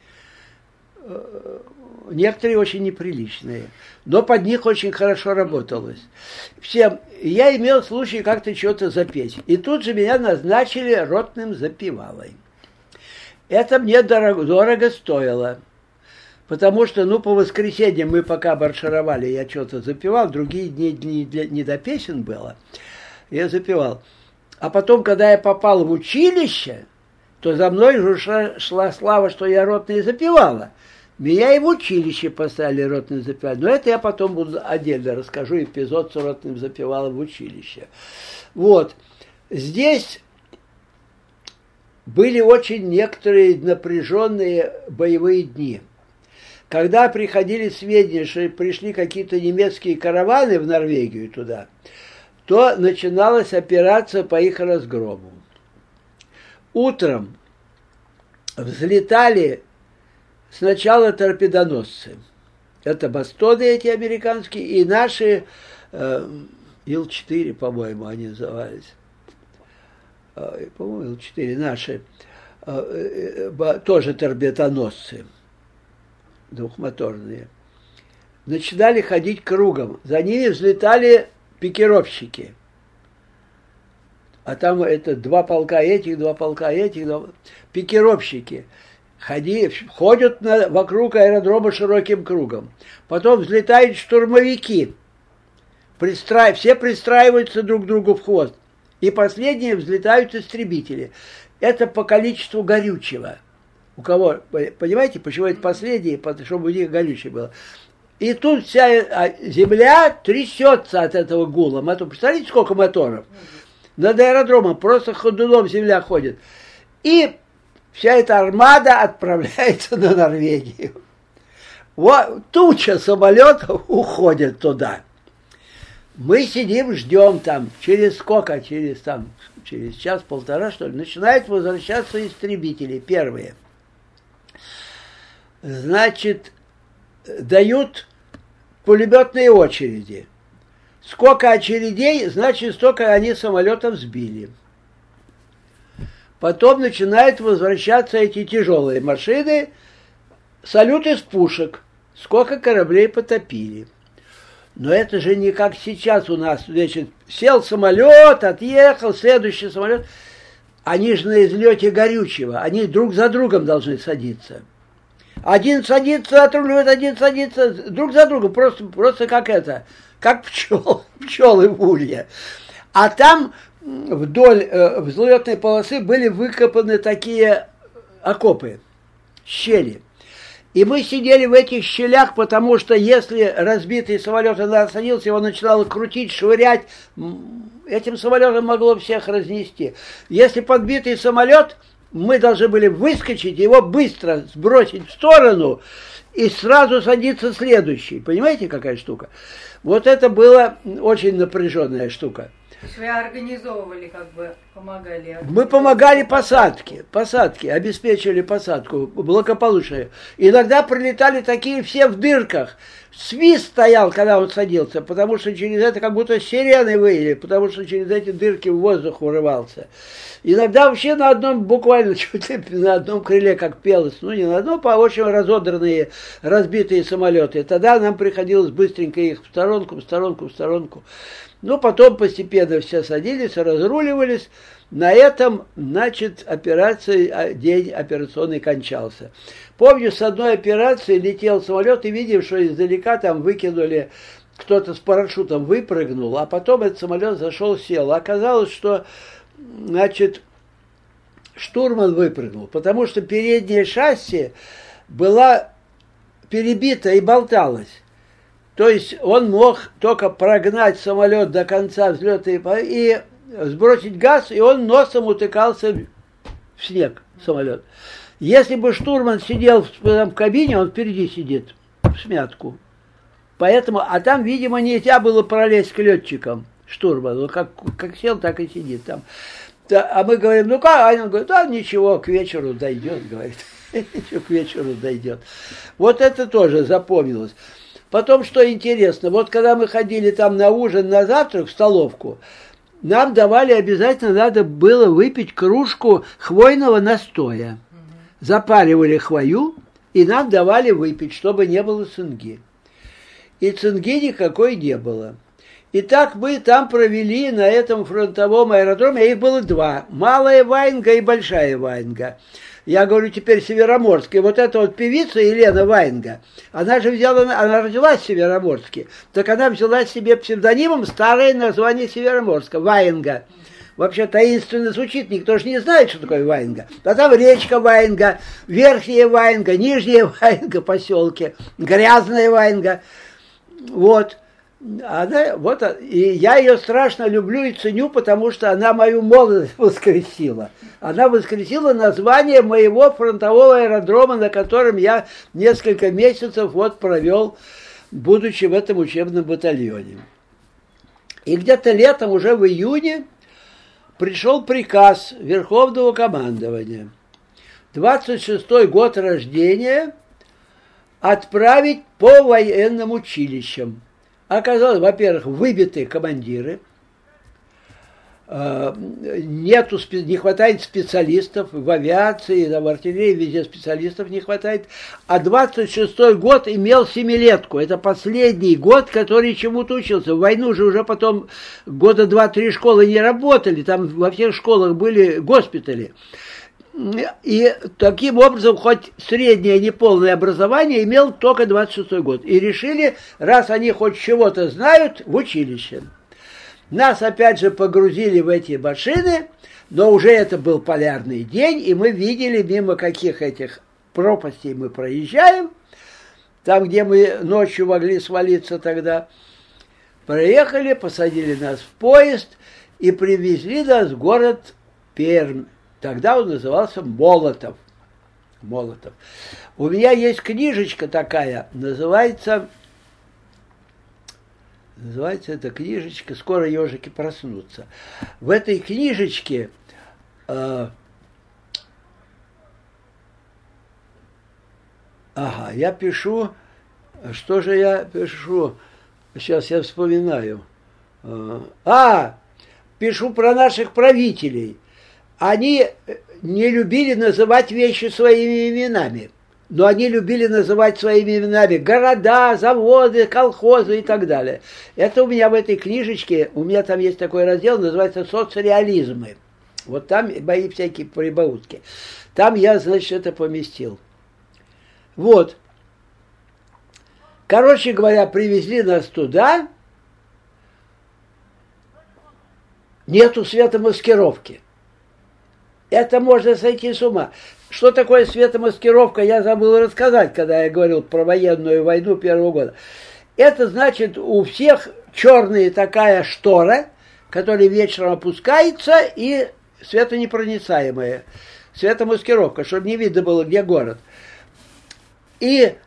Некоторые очень неприличные, но под них очень хорошо работалось. Всем. Я имел случай как-то что-то запеть. И тут же меня назначили ротным запевалой. Это мне дорого, дорого стоило. Потому что, ну, по воскресеньям мы пока маршировали, я что-то запевал, другие дни не, не, не до песен было. Я запевал. А потом, когда я попал в училище, то за мной уже шла, шла слава, что я ротная запевала. Меня и в училище поставили ротным запевалом. Но это я потом буду отдельно расскажу, эпизод с ротным запевалом в училище. Вот. Здесь были очень некоторые напряженные боевые дни. Когда приходили сведения, что пришли какие-то немецкие караваны в Норвегию туда, то начиналась операция по их разгрому. Утром взлетали сначала торпедоносцы. Это Бастоны эти американские, и наши э, Ил четыре, по-моему, они назывались. Э, по-моему, Ил четыре, наши э, э, тоже торпедоносцы, двухмоторные. Начинали ходить кругом. За ними взлетали пикировщики. А там это два полка этих, два полка этих, два... пикировщики. Ходи, ходят на, вокруг аэродрома широким кругом. Потом взлетают штурмовики. Пристра... Все пристраиваются друг к другу в хвост. И последние взлетают истребители. Это по количеству горючего. У кого, понимаете, почему это последние, чтобы у них горючее было. И тут вся земля трясется от этого гула. Представляете, сколько моторов? Над аэродромом просто ходуном земля ходит. И вся эта армада отправляется на Норвегию. Вот, туча самолетов уходит туда. Мы сидим, ждем там, через сколько, через там, через час-полтора, что ли, начинают возвращаться истребители, первые. Значит, дают пулеметные очереди. Сколько очередей, значит, столько они самолетов сбили. Потом начинают возвращаться эти тяжелые машины, салют из пушек. Сколько кораблей потопили. Но это же не как сейчас у нас. Значит, сел самолет, отъехал, следующий самолет. Они же на излете горючего. Они друг за другом должны садиться. Один садится, отруливает, один садится, друг за другом. Просто, просто как это, как пчел, пчелы в улье. А там вдоль э, взлетной полосы были выкопаны такие окопы, щели. И мы сидели в этих щелях, потому что если разбитый самолет садился, его начинало крутить, швырять, этим самолетом могло всех разнести. Если подбитый самолет, мы должны были выскочить, его быстро сбросить в сторону и сразу садиться следующий. Понимаете, какая штука? Вот это была очень напряженная штука. То есть вы организовывали, как бы помогали? Мы помогали посадке, посадке, обеспечили посадку благополучную. Иногда прилетали такие все в дырках. Свист стоял, когда он садился, потому что через это как будто сирены выели, потому что через эти дырки воздух вырывался. Иногда вообще на одном, буквально чуть ли на одном крыле, как пелось, ну не на одном, а очень разодранные, разбитые самолеты. Тогда нам приходилось быстренько их в сторонку, в сторонку, в сторонку. Ну, потом постепенно все садились, разруливались. На этом, значит, операция, день операционный кончался. Помню, с одной операции летел самолет и видим, что издалека там выкинули, кто-то с парашютом выпрыгнул, а потом этот самолет зашел, сел. Оказалось, что, значит, штурман выпрыгнул, потому что переднее шасси была перебита и болталась. То есть он мог только прогнать самолет до конца взлета и, и сбросить газ, и он носом утыкался в снег, самолет. Если бы штурман сидел в, там, в кабине, он впереди сидит, в смятку. Поэтому, а там, видимо, нельзя было пролезть к летчикам, штурман. Он как, как сел, так и сидит там. А мы говорим, ну как? А он говорит, да ничего, к вечеру дойдет, говорит. Ничего, к вечеру дойдет. Вот это тоже запомнилось. Потом, что интересно, вот когда мы ходили там на ужин, на завтрак в столовку, нам давали обязательно, надо было выпить кружку хвойного настоя. Запаривали хвою, и нам давали выпить, чтобы не было цинги. И цинги никакой не было. И так мы там провели на этом фронтовом аэродроме, а их было два. Малая Ваенга и Большая Ваенга. Я говорю теперь Североморск. И вот эта вот певица Елена Ваенга, она же взяла, она родилась в Североморске, так она взяла себе псевдонимом старое название Североморска, Ваенга. вообще таинственно звучит, никто же не знает, что такое Ваенга. А там речка Ваенга, Верхняя Ваенга, Нижняя Ваенга, поселки, Грязная Ваенга. Вот. Она, вот, и я ее страшно люблю и ценю, потому что она мою молодость воскресила. Она воскресила название моего фронтового аэродрома, на котором я несколько месяцев вот провел, будучи в этом учебном батальоне. И где-то летом, уже в июне, пришел приказ Верховного командования. двадцать шестой год рождения отправить по военным училищам. Оказалось, во-первых, выбиты командиры, нету, не хватает специалистов в авиации, в артиллерии, везде специалистов не хватает. А двадцать шестой год имел семилетку. Это последний год, который чему-то учился. В войну же уже потом года два-три школы не работали, там во всех школах были госпитали. И таким образом, хоть среднее неполное образование имел только двадцать шестой год. И решили, раз они хоть чего-то знают, в училище. Нас опять же погрузили в эти машины, но уже это был полярный день, и мы видели, мимо каких этих пропастей мы проезжаем, там, где мы ночью могли свалиться тогда. Проехали, посадили нас в поезд и привезли нас в город Пермь. Тогда он назывался Молотов. Молотов. У меня есть книжечка такая, называется, называется эта книжечка «Скоро ежики проснутся». В этой книжечке э, ага, я пишу, что же я пишу, сейчас я вспоминаю. А, пишу про наших правителей. Они не любили называть вещи своими именами, но они любили называть своими именами города, заводы, колхозы и так далее. Это у меня в этой книжечке, у меня там есть такой раздел, называется «Соцреализмы». Вот там мои всякие прибаутки. Там я, значит, это поместил. Вот. Короче говоря, привезли нас туда, нету светомаскировки. Это можно сойти с ума. Что такое светомаскировка, я забыл рассказать, когда я говорил про военную войну первого года. Это значит, у всех черная такая штора, которая вечером опускается, и светонепроницаемая. Светомаскировка, чтобы не видно было, где город. И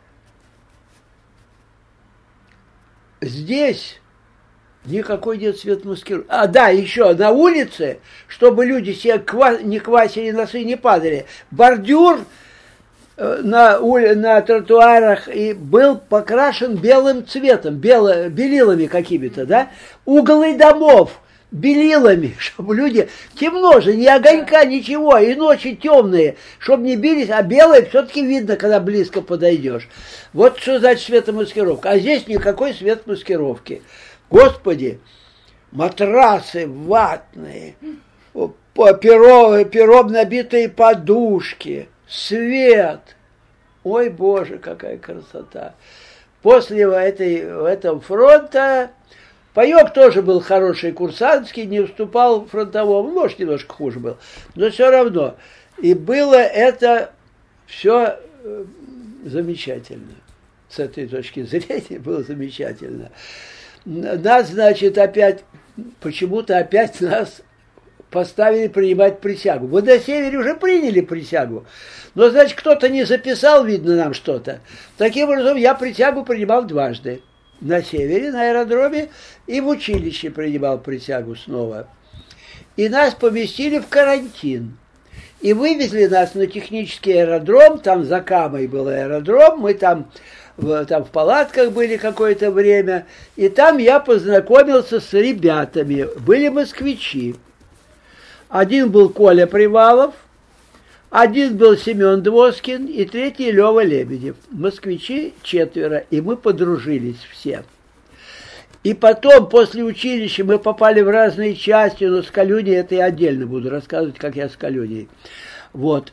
здесь никакой нет светомаскировки. А, да, еще на улице, чтобы люди себе ква- не квасили носы, не падали. Бордюр э, на, ули- на тротуарах и был покрашен белым цветом, бело- белилами какими-то, да? Углы домов белилами, чтобы люди... Темно же, ни огонька, ничего, и ночи темные, чтобы не бились, а белое все-таки видно, когда близко подойдешь. Вот что значит светомаскировка. А здесь никакой светомаскировки. Господи, матрасы ватные, перо, пером набитые подушки, свет. Ой, Боже, какая красота. После этой, этого фронта паёк тоже был хороший, курсантский, не уступал фронтовому, может, немножко хуже был, но все равно. И было это все замечательно. С этой точки зрения было замечательно. Нас, значит, опять, почему-то опять нас поставили принимать присягу. Вы на севере уже приняли присягу, но, значит, кто-то не записал, видно, нам что-то. Таким образом, я присягу принимал дважды. На севере, на аэродроме, и в училище принимал присягу снова. И нас поместили в карантин. И вывезли нас на технический аэродром, там за Камой был аэродром, мы там... В, там в палатках были какое-то время, и там я познакомился с ребятами. Были москвичи. Один был Коля Привалов, один был Семен Двоскин, и третий Лева Лебедев. Москвичи четверо, и мы подружились все. И потом, после училища, мы попали в разные части, но с Калюней это я отдельно буду рассказывать, как я с Калюней. Вот.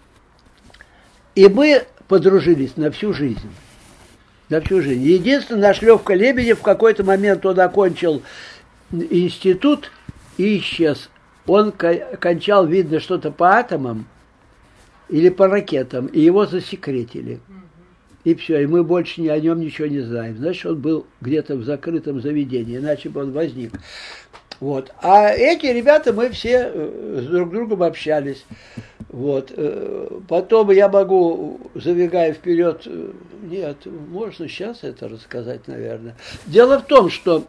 И мы подружились на всю жизнь. На всю жизнь. Единственное, наш Левка Лебедев в какой-то момент он окончил институт и исчез. он кончал, видно, что-то по атомам или по ракетам, и его засекретили. И все, и мы больше ни о нем ничего не знаем. Значит, он был где-то в закрытом заведении, иначе бы он возник. Вот. А эти ребята, мы все с друг другом общались. Вот. Потом я могу, забегая вперед, нет, можно сейчас это рассказать, наверное. Дело в том, что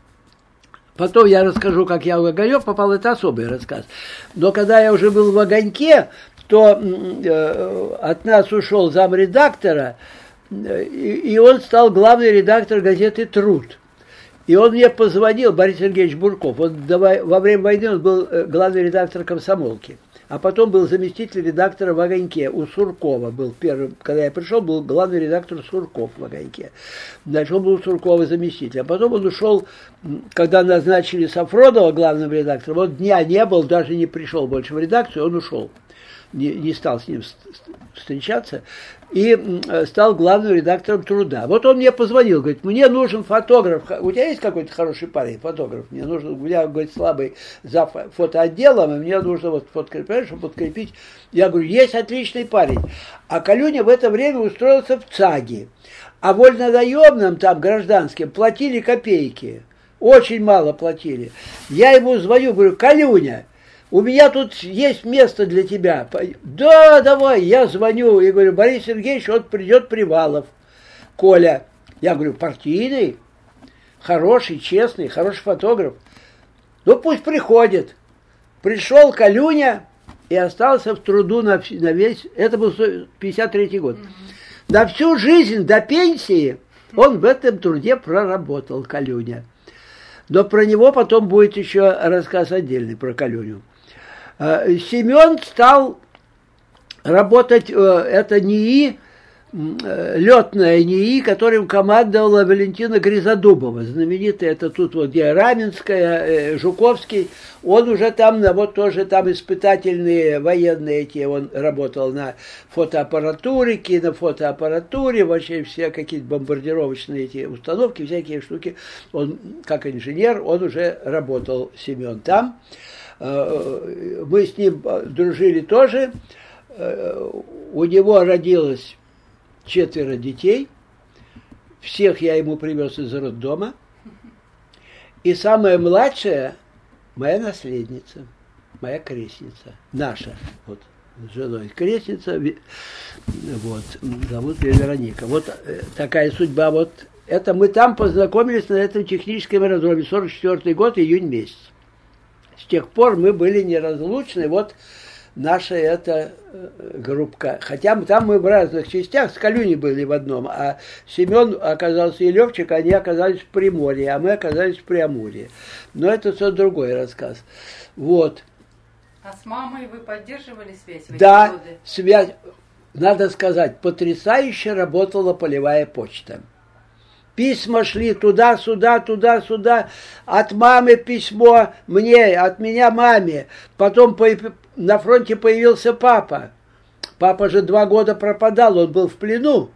потом я расскажу, как я в Огонек попал, это особый рассказ. Но когда я уже был в Огоньке, то э, от нас ушел замредактора, э, и, и он стал главный редактор газеты «Труд». И он мне позвонил, Борис Сергеевич Бурков, он давай, во время войны он был главный редактор «Комсомолки», а потом был заместитель редактора в «Огоньке», у Суркова был первым, когда я пришел, был главный редактор Сурков в «Огоньке». Значит, он был у Суркова заместитель. А потом он ушел, когда назначили Сафронова главным редактором, он дня не был, даже не пришел больше в редакцию, он ушел. Не, не стал с ним встречаться, и стал главным редактором «Труда». Вот он мне позвонил, говорит, мне нужен фотограф. У тебя есть какой-то хороший парень, фотограф? Мне нужен, у меня, говорит, слабый за фотоотделом, и мне нужно вот подкрепить, чтобы подкрепить. Я говорю, есть отличный парень. А Калюня в это время устроился в ЦАГе. А вольнонаемным там, гражданским, платили копейки. Очень мало платили. Я ему звоню, говорю, Калюня, у меня тут есть место для тебя. Да, давай, я звоню и говорю, Борис Сергеевич, вот придет Привалов, Коля. Я говорю, партийный, хороший, честный, хороший фотограф. Ну, пусть приходит. Пришел Калюня и остался в труду на, на весь, это был пятьдесят третий год. Mm-hmm. На всю жизнь до пенсии он в этом труде проработал, Калюня. Но про него потом будет еще рассказ отдельный, про Калюню. Семен стал работать, это НИИ, летная НИИ, которым командовала Валентина Гризодубова, знаменитая, это тут вот где Раменская, Жуковский, он уже там, вот тоже там испытательные военные эти, он работал на фотоаппаратуре, кинофотоаппаратуре, вообще все какие-то бомбардировочные эти установки, всякие штуки, он как инженер, он уже работал, Семен, там. Мы с ним дружили тоже, у него родилось четверо детей, всех я ему привез из роддома, и самая младшая моя наследница, моя крестница, наша, вот, с женой крестница, вот, зовут ее Вероника. Вот такая судьба, вот, это мы там познакомились на этом техническом аэродроме, сорок четвёртый год, июнь месяц. С тех пор мы были неразлучны, вот наша эта группка. Хотя там мы в разных частях, с Калюней были в одном, а Семен оказался и Левчик, они оказались в Приморье, а мы оказались в Преамурье. Но это все другой рассказ. Вот. А с мамой вы поддерживали связь в эти да, годы? Да, связь, надо сказать, потрясающе работала полевая почта. Письма шли туда-сюда, туда-сюда. От мамы письмо мне, от меня маме. Потом по, на фронте появился папа. Папа же два года пропадал, он был в плену.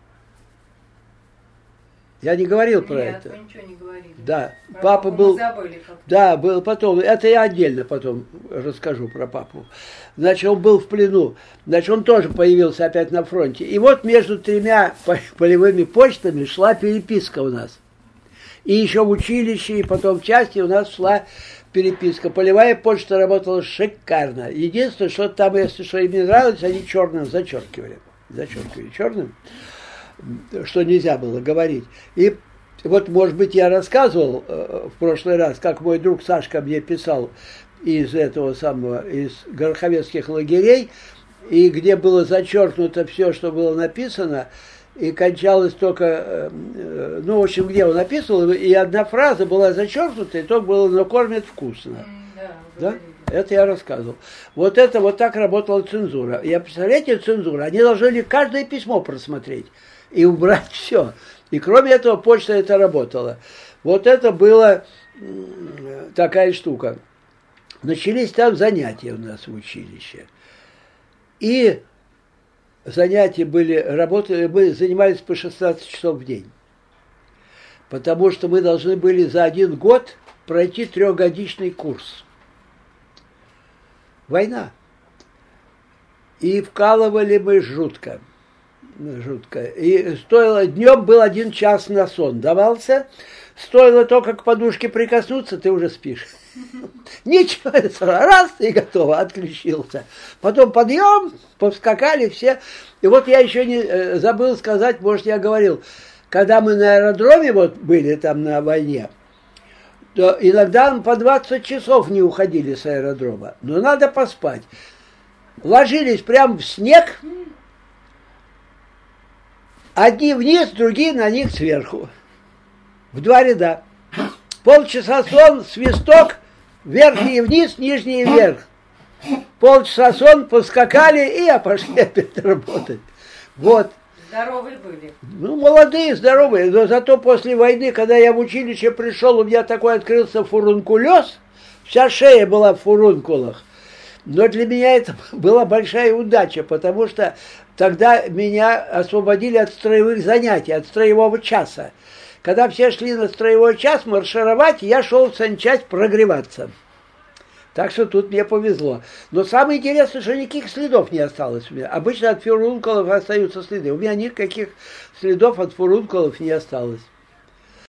Я не говорил Нет, про это. Вы ничего не говорили. Да, про папа был. Забыли, да, был потом. Это я отдельно потом расскажу про папу. Значит, он был в плену. Значит, он тоже появился опять на фронте. И вот между тремя полевыми почтами шла переписка у нас. И еще в училище, и потом в части у нас шла переписка. Полевая почта работала шикарно. Единственное, что там, если что им не нравилось, они черным зачеркивали. Зачеркивали черным, что нельзя было говорить. И вот, может быть, я рассказывал э, в прошлый раз, как мой друг Сашка мне писал из этого самого, из гороховецких лагерей, и где было зачеркнуто все, что было написано, и кончалось только, э, э, ну, в общем, где он написал, и одна фраза была зачеркнута, и только было «но кормят вкусно». Да, да? Это я рассказывал. Вот это вот так работала цензура. Я, представляете, цензура, они должны были каждое письмо просмотреть и убрать все. И кроме этого почта это работала. Вот это была такая штука. Начались там занятия у нас в училище. И занятия были, работали, мы занимались по шестнадцать часов в день. Потому что мы должны были за один год пройти трехгодичный курс. Война. И вкалывали мы жутко. Жутко. И стоило, днем был один час на сон давался, стоило только к подушке прикоснуться, ты уже спишь. Ничего, раз и готово, отключился. Потом подъем, повскакали все. И вот я еще не забыл сказать, может, я говорил, когда мы на аэродроме вот были там на войне, то иногда по двадцать часов не уходили с аэродрома. Но надо поспать. Ложились прямо в снег, одни вниз, другие на них сверху. В два ряда. Полчаса сон, свисток, верхний вниз, нижний вверх. Полчаса сон, поскакали и пошли опять работать. Вот. Здоровые были. Ну, молодые, здоровые. Но зато после войны, когда я в училище пришел, у меня такой открылся фурункулез. Вся шея была в фурункулах. Но для меня это была большая удача, потому что тогда меня освободили от строевых занятий, от строевого часа. Когда все шли на строевой час маршировать, я шел в санчасть прогреваться. Так что тут мне повезло. Но самое интересное, что никаких следов не осталось у меня. Обычно от фурункулов остаются следы. У меня никаких следов от фурункулов не осталось.